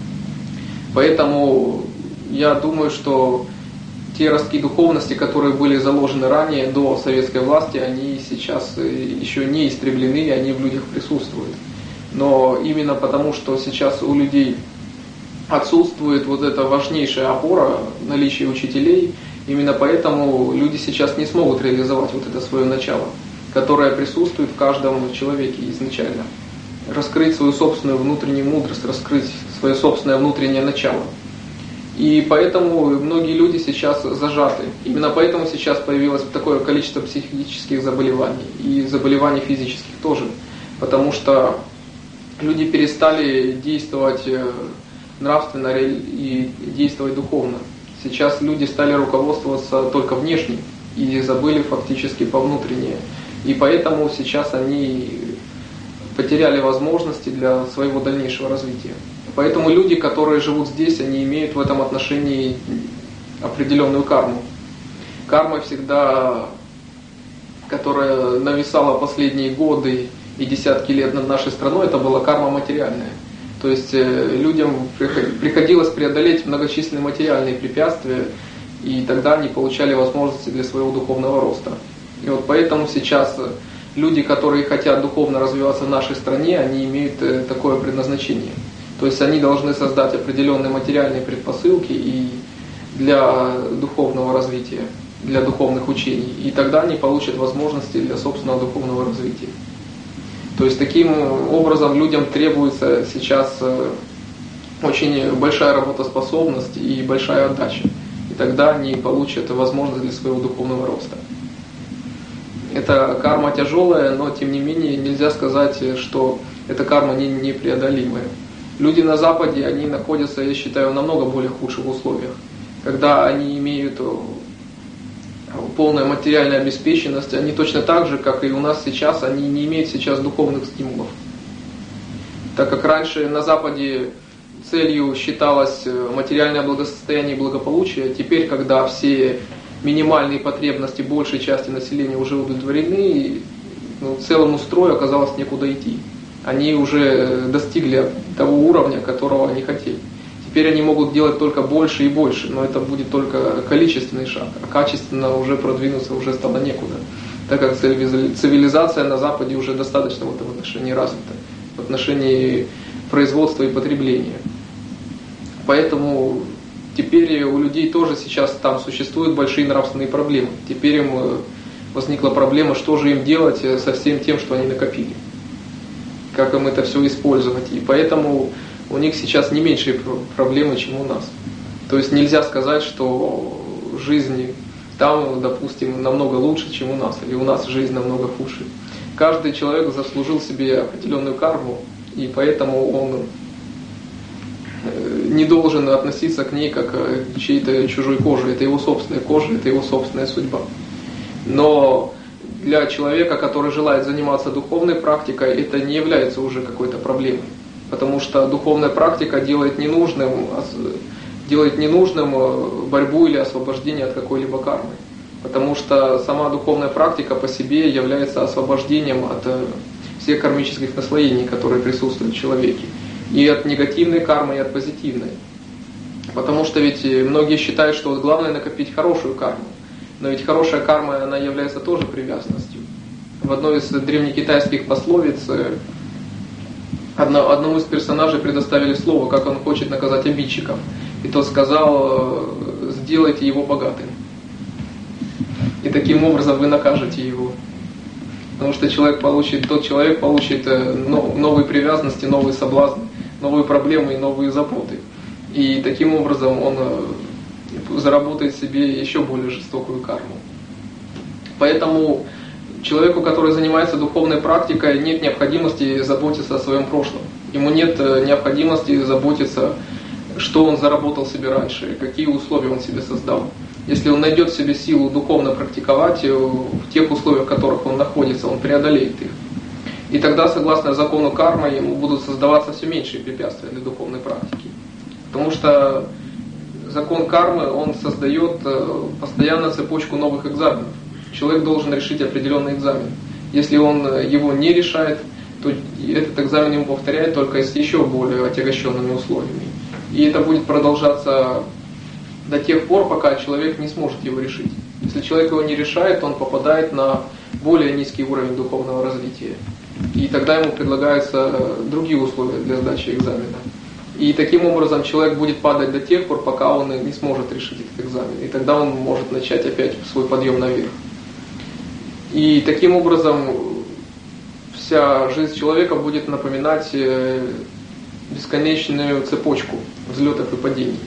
Поэтому я думаю, что те ростки духовности, которые были заложены ранее, до советской власти, они сейчас еще не истреблены, они в людях присутствуют. Но именно потому, что сейчас у людей отсутствует вот эта важнейшая опора наличия учителей, именно поэтому люди сейчас не смогут реализовать вот это свое начало, которое присутствует в каждом человеке изначально. Раскрыть свою собственную внутреннюю мудрость, раскрыть свое собственное внутреннее начало. И поэтому многие люди сейчас зажаты. Именно поэтому сейчас появилось такое количество психических заболеваний и заболеваний физических тоже. Потому что люди перестали действовать нравственно и действовать духовно. Сейчас люди стали руководствоваться только внешним и забыли фактически по внутреннее. И поэтому сейчас они потеряли возможности для своего дальнейшего развития. Поэтому люди, которые живут здесь, они имеют в этом отношении определенную карму. Карма всегда, которая нависала последние годы и десятки лет над нашей страной, это была карма материальная. То есть людям приходилось преодолеть многочисленные материальные препятствия, и тогда они получали возможности для своего духовного роста. И вот поэтому сейчас люди, которые хотят духовно развиваться в нашей стране, они имеют такое предназначение. То есть они должны создать определенные материальные предпосылки и для духовного развития, для духовных учений. И тогда они получат возможности для собственного духовного развития. То есть таким образом людям требуется сейчас очень большая работоспособность и большая отдача. И тогда они получат возможность для своего духовного роста. Это карма тяжелая, но тем не менее нельзя сказать, что эта карма не, непреодолимая. Люди на Западе, они находятся, я считаю, в намного более худших условиях, когда они имеют полная материальная обеспеченность, они точно так же, как и у нас сейчас, они не имеют сейчас духовных стимулов. Так как раньше на Западе целью считалось материальное благосостояние и благополучие, теперь, когда все минимальные потребности большей части населения уже удовлетворены, ну, целому строю оказалось некуда идти. Они уже достигли того уровня, которого они хотели. Теперь они могут делать только больше и больше, но это будет только количественный шаг, а качественно уже продвинуться уже стало некуда, так как цивилизация на Западе уже достаточно в этом отношении развита, в отношении производства и потребления. Поэтому теперь у людей тоже сейчас там существуют большие нравственные проблемы. Теперь им возникла проблема, что же им делать со всем тем, что они накопили, как им это все использовать. И поэтому у них сейчас не меньшие проблемы, чем у нас. То есть нельзя сказать, что жизнь там, допустим, намного лучше, чем у нас, или у нас жизнь намного хуже. Каждый человек заслужил себе определенную карму, и поэтому он не должен относиться к ней как к чьей-то чужой коже. Это его собственная кожа, это его собственная судьба. Но для человека, который желает заниматься духовной практикой, это не является уже какой-то проблемой. Потому что духовная практика делает ненужным, делает ненужным борьбу или освобождение от какой-либо кармы. Потому что сама духовная практика по себе является освобождением от всех кармических наслоений, которые присутствуют в человеке. И от негативной кармы, и от позитивной. Потому что ведь многие считают, что главное накопить хорошую карму. Но ведь хорошая карма, она является тоже привязанностью. В одной из древнекитайских пословиц Одно, одному из персонажей предоставили слово, как он хочет наказать обидчиков. И тот сказал: сделайте его богатым. И таким образом вы накажете его. Потому что человек получит, тот человек получит новые привязанности, новые соблазны, новые проблемы и новые заботы. И таким образом он заработает себе еще более жестокую карму. Поэтому человеку, который занимается духовной практикой, нет необходимости заботиться о своем прошлом. Ему нет необходимости заботиться, что он заработал себе раньше, какие условия он себе создал. Если он найдет в себе силу духовно практиковать, в тех условиях, в которых он находится, он преодолеет их. И тогда, согласно закону кармы, ему будут создаваться все меньшие препятствия для духовной практики. Потому что закон кармы, он создает постоянно цепочку новых экзаменов. Человек должен решить определенный экзамен. Если он его не решает, то этот экзамен ему повторяет только с еще более отягощенными условиями. И это будет продолжаться до тех пор, пока человек не сможет его решить. Если человек его не решает, он попадает на более низкий уровень духовного развития. И тогда ему предлагаются другие условия для сдачи экзамена. И таким образом человек будет падать до тех пор, пока он не сможет решить этот экзамен. И тогда он может начать опять свой подъем наверх. И таким образом вся жизнь человека будет напоминать бесконечную цепочку взлетов и падений.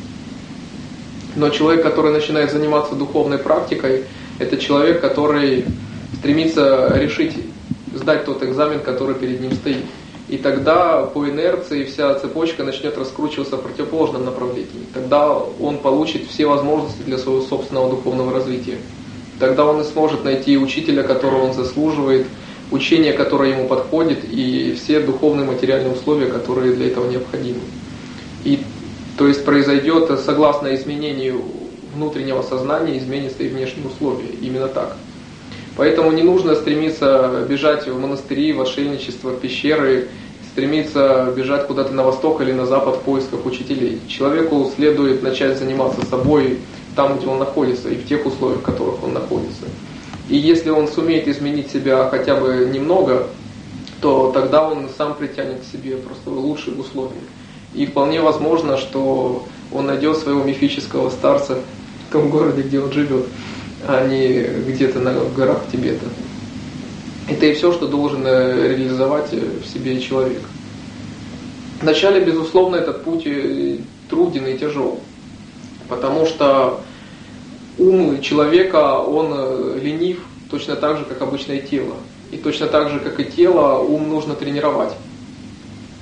Но человек, который начинает заниматься духовной практикой, это человек, который стремится решить, сдать тот экзамен, который перед ним стоит. И тогда по инерции вся цепочка начнет раскручиваться в противоположном направлении. Тогда он получит все возможности для своего собственного духовного развития. Тогда он и сможет найти учителя, которого он заслуживает, учение, которое ему подходит, и все духовные материальные условия, которые для этого необходимы. И то есть произойдет, согласно изменению внутреннего сознания, изменятся и внешние условия. Именно так. Поэтому не нужно стремиться бежать в монастыри, в отшельничество, в пещеры, стремиться бежать куда-то на восток или на запад в поисках учителей. Человеку следует начать заниматься собой там, где он находится, и в тех условиях, в которых он находится. И если он сумеет изменить себя хотя бы немного, то тогда он сам притянет к себе просто лучшие условия. И вполне возможно, что он найдет своего мифического старца в том городе, где он живет, а не где-то на горах Тибета. Это и все, что должен реализовать в себе человек. Вначале, безусловно, этот путь труден и тяжел, потому что ум человека, он ленив точно так же, как обычное тело. И точно так же, как и тело, ум нужно тренировать.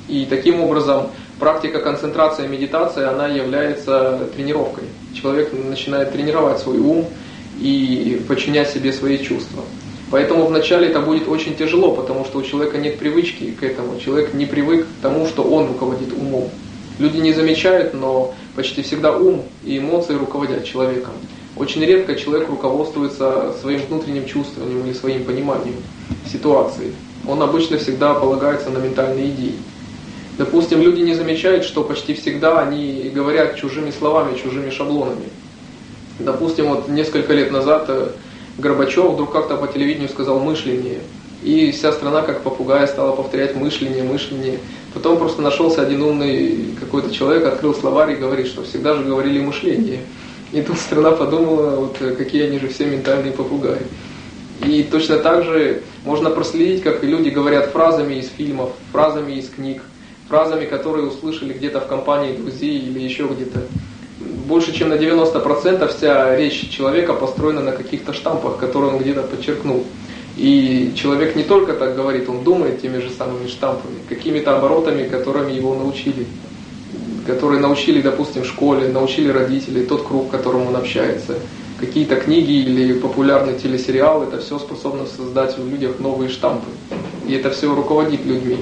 И таким образом практика концентрации и медитации, она является тренировкой. Человек начинает тренировать свой ум и подчинять себе свои чувства. Поэтому вначале это будет очень тяжело, потому что у человека нет привычки к этому. Человек не привык к тому, что он руководит умом. Люди не замечают, но почти всегда ум и эмоции руководят человеком. Очень редко человек руководствуется своим внутренним чувствованием или своим пониманием ситуации. Он обычно всегда полагается на ментальные идеи. Допустим, люди не замечают, что почти всегда они говорят чужими словами, чужими шаблонами. Допустим, вот несколько лет назад Горбачев вдруг как-то по телевидению сказал «мышление». И вся страна как попугай стала повторять «мышление, мышление». Потом просто нашелся один умный какой-то человек, открыл словарь и говорит, что всегда же говорили «мышление». И тут страна подумала, вот какие они же все ментальные попугаи. И точно так же можно проследить, как люди говорят фразами из фильмов, фразами из книг, фразами, которые услышали где-то в компании друзей или еще где-то. Больше чем на девяносто процентов вся речь человека построена на каких-то штампах, которые он где-то подчеркнул. И человек не только так говорит, он думает теми же самыми штампами, какими-то оборотами, которыми его научили. Которые научили, допустим, в школе, научили родители, тот круг, в котором он общается. Какие-то книги или популярный телесериал, это все способно создать в людях новые штампы. И это все руководит людьми.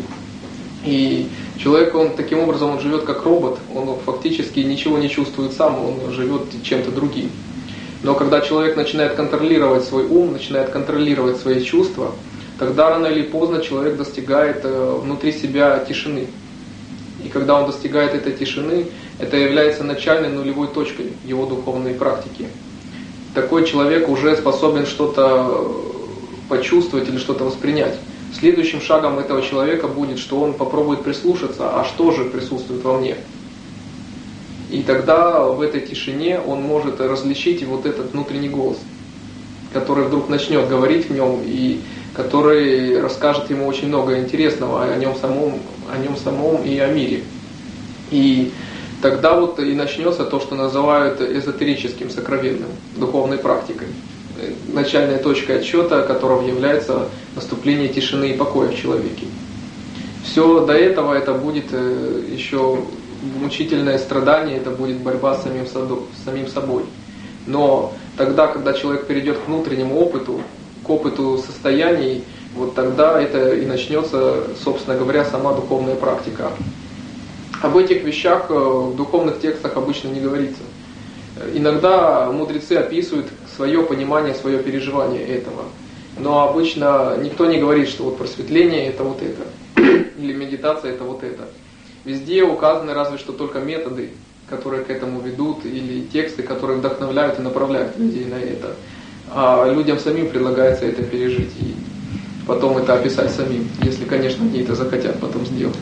И человек, он таким образом, он живет как робот, он фактически ничего не чувствует сам, он живет чем-то другим. Но когда человек начинает контролировать свой ум, начинает контролировать свои чувства, тогда рано или поздно человек достигает внутри себя тишины. И когда он достигает этой тишины, это является начальной нулевой точкой его духовной практики. Такой человек уже способен что-то почувствовать или что-то воспринять. Следующим шагом этого человека будет, что он попробует прислушаться, а что же присутствует во мне. И тогда в этой тишине он может различить вот этот внутренний голос, который вдруг начнет говорить в нем и который расскажет ему очень много интересного о нем самом, о нем самом и о мире. И тогда вот и начнется то, что называют эзотерическим, сокровенным, духовной практикой. Начальной точкой отсчета которого является наступление тишины и покоя в человеке. Все до этого это будет еще мучительное страдание, это будет борьба с самим, с самим собой. Но тогда, когда человек перейдет к внутреннему опыту, к опыту состояний, вот тогда это и начнется, собственно говоря, сама духовная практика. Об этих вещах в духовных текстах обычно не говорится. Иногда мудрецы описывают свое понимание, свое переживание этого. Но обычно никто не говорит, что вот просветление это вот это, или медитация это вот это. Везде указаны разве что только методы, которые к этому ведут, или тексты, которые вдохновляют и направляют людей на это. А людям самим предлагается это пережить и потом это описать самим, если, конечно, они это захотят потом сделать.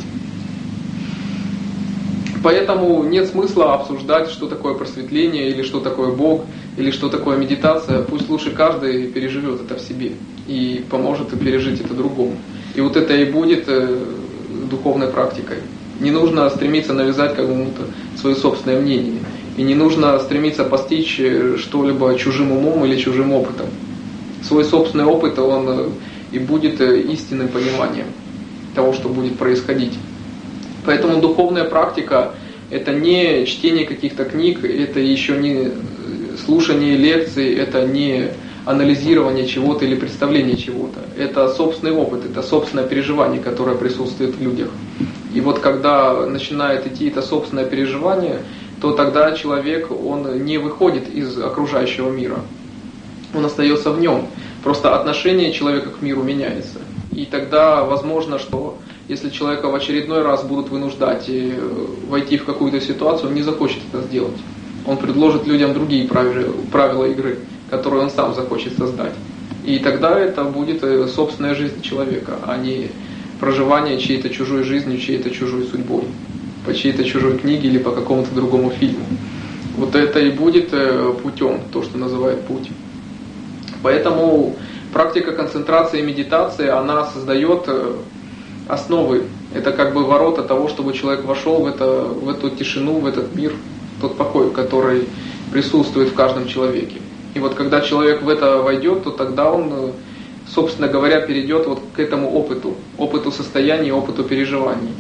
Поэтому нет смысла обсуждать, что такое просветление, или что такое Бог, или что такое медитация. Пусть лучше каждый переживет это в себе и поможет пережить это другому. И вот это и будет духовной практикой. Не нужно стремиться навязать кому-то свое собственное мнение. И не нужно стремиться постичь что-либо чужим умом или чужим опытом. Свой собственный опыт, он и будет истинным пониманием того, что будет происходить. Поэтому духовная практика – это не чтение каких-то книг, это еще не слушание лекций, это не анализирование чего-то или представление чего-то. Это собственный опыт, это собственное переживание, которое присутствует в людях. И вот когда начинает идти это собственное переживание, то тогда человек, он не выходит из окружающего мира. Он остается в нем. Просто отношение человека к миру меняется. И тогда возможно, что если человека в очередной раз будут вынуждать войти в какую-то ситуацию, он не захочет это сделать. Он предложит людям другие правила, правила игры, которые он сам захочет создать. И тогда это будет собственная жизнь человека, а не проживание чьей-то чужой жизнью, чьей-то чужой судьбой, по чьей-то чужой книге или по какому-то другому фильму. Вот это и будет путем, то, что называют путь. Поэтому практика концентрации и медитации, она создает основы. Это как бы ворота того, чтобы человек вошел в, это, в эту тишину, в этот мир, в тот покой, который присутствует в каждом человеке. И вот когда человек в это войдет, то тогда он, собственно говоря, перейдет вот к этому опыту, опыту состояний, опыту переживаний.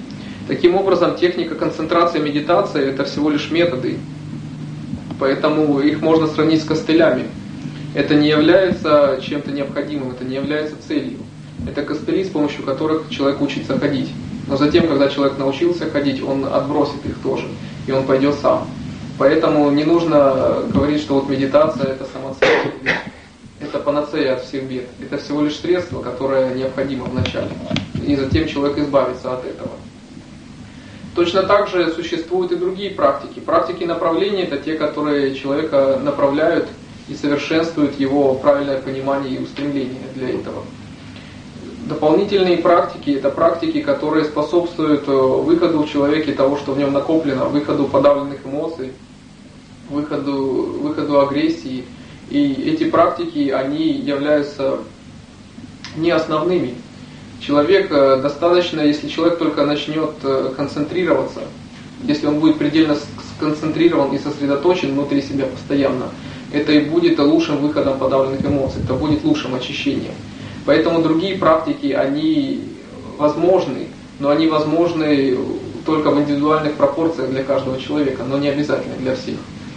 Таким образом, техника концентрации и медитации – это всего лишь методы, поэтому их можно сравнить с костылями. Это не является чем-то необходимым, это не является целью. Это костыли, с помощью которых человек учится ходить. Но затем, когда человек научился ходить, он отбросит их тоже, и он пойдет сам. Поэтому не нужно говорить, что вот медитация – это самоцель, это панацея от всех бед. Это всего лишь средство, которое необходимо вначале. И затем человек избавится от этого. Точно так же существуют и другие практики. Практики направления – это те, которые человека направляют и совершенствуют его правильное понимание и устремление для этого. Дополнительные практики – это практики, которые способствуют выходу в человеке того, что в нем накоплено, выходу подавленных эмоций, выходу, выходу агрессии. И эти практики, они являются не основными. Человек достаточно, если человек только начнет концентрироваться, если он будет предельно сконцентрирован и сосредоточен внутри себя постоянно, это и будет лучшим выходом подавленных эмоций, это будет лучшим очищением. Поэтому другие практики, они возможны, но они возможны только в индивидуальных пропорциях для каждого человека, но не обязательно для всех.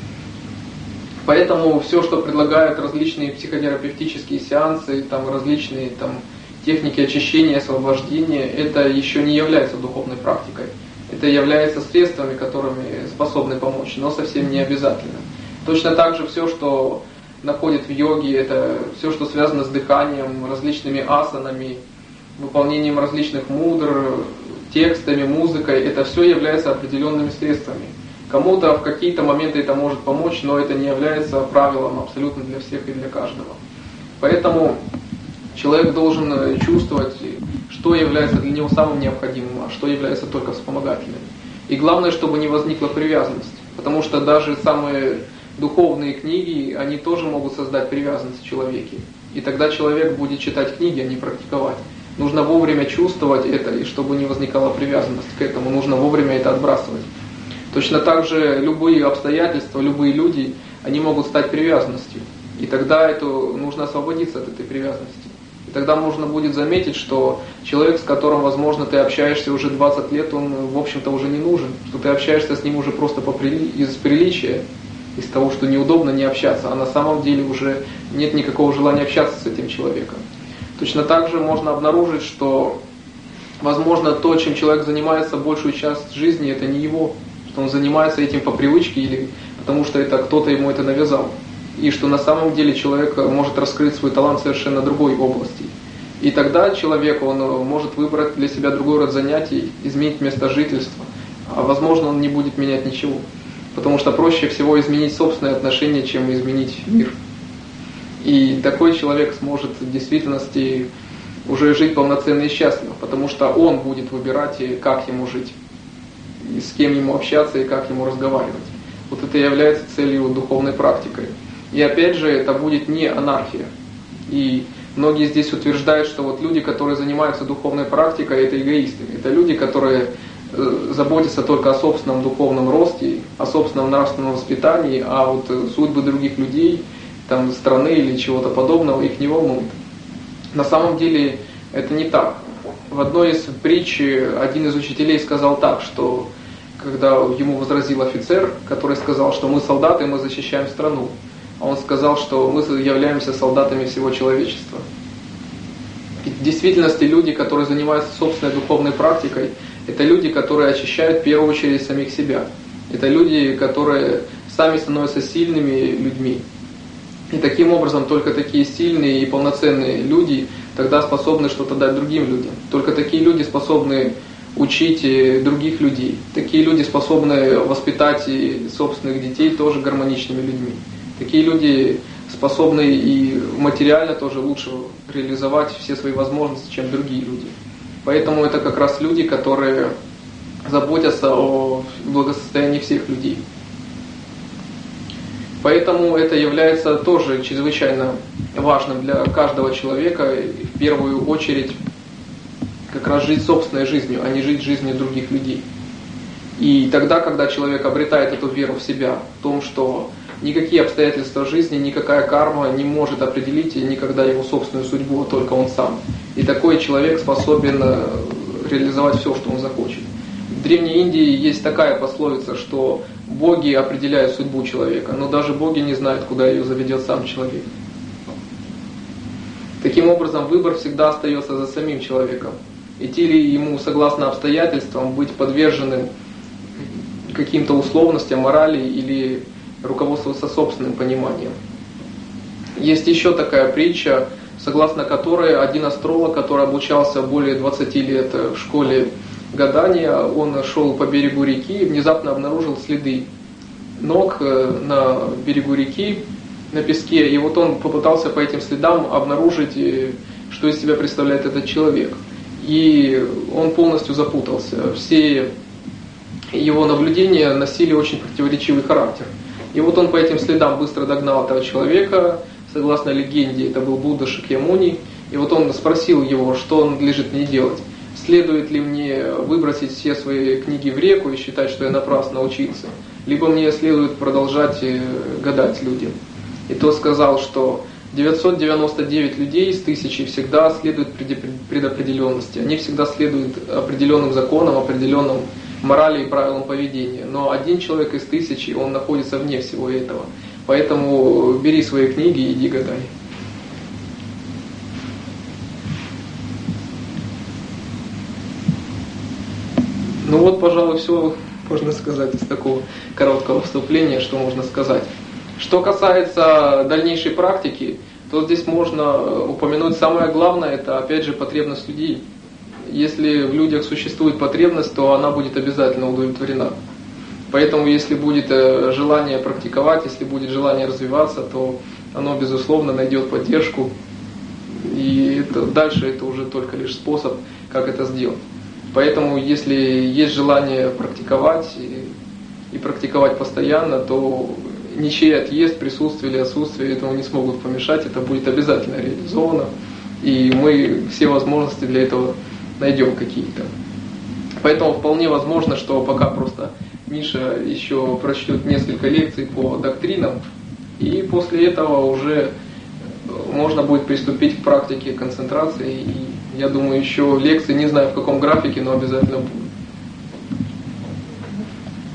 Поэтому все, что предлагают различные психотерапевтические сеансы, там, различные там, техники очищения, освобождения, это еще не является духовной практикой. Это является средствами, которыми способны помочь, но совсем не обязательно. Точно так же все, что находит в йоге, это все, что связано с дыханием, различными асанами, выполнением различных мудр, текстами, музыкой, это все является определенными средствами. Кому-то в какие-то моменты это может помочь, но это не является правилом абсолютно для всех и для каждого. Поэтому человек должен чувствовать, что является для него самым необходимым, а что является только вспомогательным. И главное, чтобы не возникла привязанность, потому что даже самые духовные книги, они тоже могут создать привязанность в человеке. И тогда человек будет читать книги, а не практиковать. Нужно вовремя чувствовать это, и чтобы не возникала привязанность к этому, нужно вовремя это отбрасывать. Точно так же любые обстоятельства, любые люди, они могут стать привязанностью. И тогда это, нужно освободиться от этой привязанности. И тогда можно будет заметить, что человек, с которым, возможно, ты общаешься уже двадцать лет, он, в общем-то, уже не нужен. Что ты общаешься с ним уже просто по прили... из приличия, из того, что неудобно не общаться, а на самом деле уже нет никакого желания общаться с этим человеком. Точно так же можно обнаружить, что, возможно, то, чем человек занимается большую часть жизни, это не его, что он занимается этим по привычке или потому что это кто-то ему это навязал. И что на самом деле человек может раскрыть свой талант в совершенно другой области. И тогда человек, он может выбрать для себя другой род занятий, изменить место жительства, а возможно он не будет менять ничего. Потому что проще всего изменить собственные отношения, чем изменить мир. И такой человек сможет в действительности уже жить полноценно и счастливо, потому что он будет выбирать, как ему жить, и с кем ему общаться и как ему разговаривать. Вот это является целью духовной практикой. И опять же, это будет не анархия. И многие здесь утверждают, что вот люди, которые занимаются духовной практикой, это эгоисты. Это люди, которые заботятся только о собственном духовном росте, о собственном нравственном воспитании, а вот судьбы других людей, там, страны или чего-то подобного их не волнует. На самом деле это не так. В одной из притч один из учителей сказал так, что когда ему возразил офицер, который сказал, что мы солдаты, мы защищаем страну, а он сказал, что мы являемся солдатами всего человечества. И в действительности люди, которые занимаются собственной духовной практикой, это люди, которые очищают в первую очередь самих себя. Это люди, которые сами становятся сильными людьми. И таким образом только такие сильные и полноценные люди тогда способны что-то дать другим людям. Только такие люди способны учить других людей. Такие люди способны воспитать и собственных детей тоже гармоничными людьми. Такие люди способны и материально тоже лучше реализовать все свои возможности, чем другие люди. Поэтому это как раз люди, которые заботятся о благосостоянии всех людей. Поэтому это является тоже чрезвычайно важным для каждого человека, и в первую очередь как раз жить собственной жизнью, а не жить жизнью других людей. И тогда, когда человек обретает эту веру в себя, в том, что никакие обстоятельства жизни, никакая карма не может определить никогда его собственную судьбу, а только он сам. И такой человек способен реализовать все, что он захочет. В Древней Индии есть такая пословица, что боги определяют судьбу человека, но даже боги не знают, куда ее заведет сам человек. Таким образом, выбор всегда остается за самим человеком. Идти ли ему согласно обстоятельствам, быть подверженным каким-то условностям, морали или руководствоваться собственным пониманием. Есть еще такая притча, согласно которой один астролог, который обучался более двадцати лет в школе гадания, он шел по берегу реки и внезапно обнаружил следы ног на берегу реки, на песке. И вот он попытался по этим следам обнаружить, что из себя представляет этот человек. И он полностью запутался. Все его наблюдения носили очень противоречивый характер. И вот он по этим следам быстро догнал этого человека. Согласно легенде, это был Будда Шакьямуни. И вот он спросил его, что он надлежит мне делать. Следует ли мне выбросить все свои книги в реку и считать, что я напрасно учился, либо мне следует продолжать гадать людям. И тот сказал, что девятьсот девяносто девять людей из тысячи всегда следуют предопределенности. Они всегда следуют определенным законам, определенным морали и правилам поведения. Но один человек из тысячи, он находится вне всего этого. Поэтому бери свои книги и иди гадай. Ну вот, пожалуй, все можно сказать из такого короткого вступления, что можно сказать. Что касается дальнейшей практики, то здесь можно упомянуть самое главное, это опять же потребность людей. Если в людях существует потребность, то она будет обязательно удовлетворена. Поэтому если будет желание практиковать, если будет желание развиваться, то оно безусловно найдет поддержку. И это, дальше это уже только лишь способ, как это сделать. Поэтому если есть желание практиковать и, и практиковать постоянно, то ничей отъезд, присутствие или отсутствие этому не смогут помешать, это будет обязательно реализовано, и мы все возможности для этого найдем какие-то. Поэтому вполне возможно, что пока просто Миша еще прочтет несколько лекций по доктринам, и после этого уже можно будет приступить к практике концентрации, и я думаю, еще лекции, не знаю в каком графике, но обязательно будут.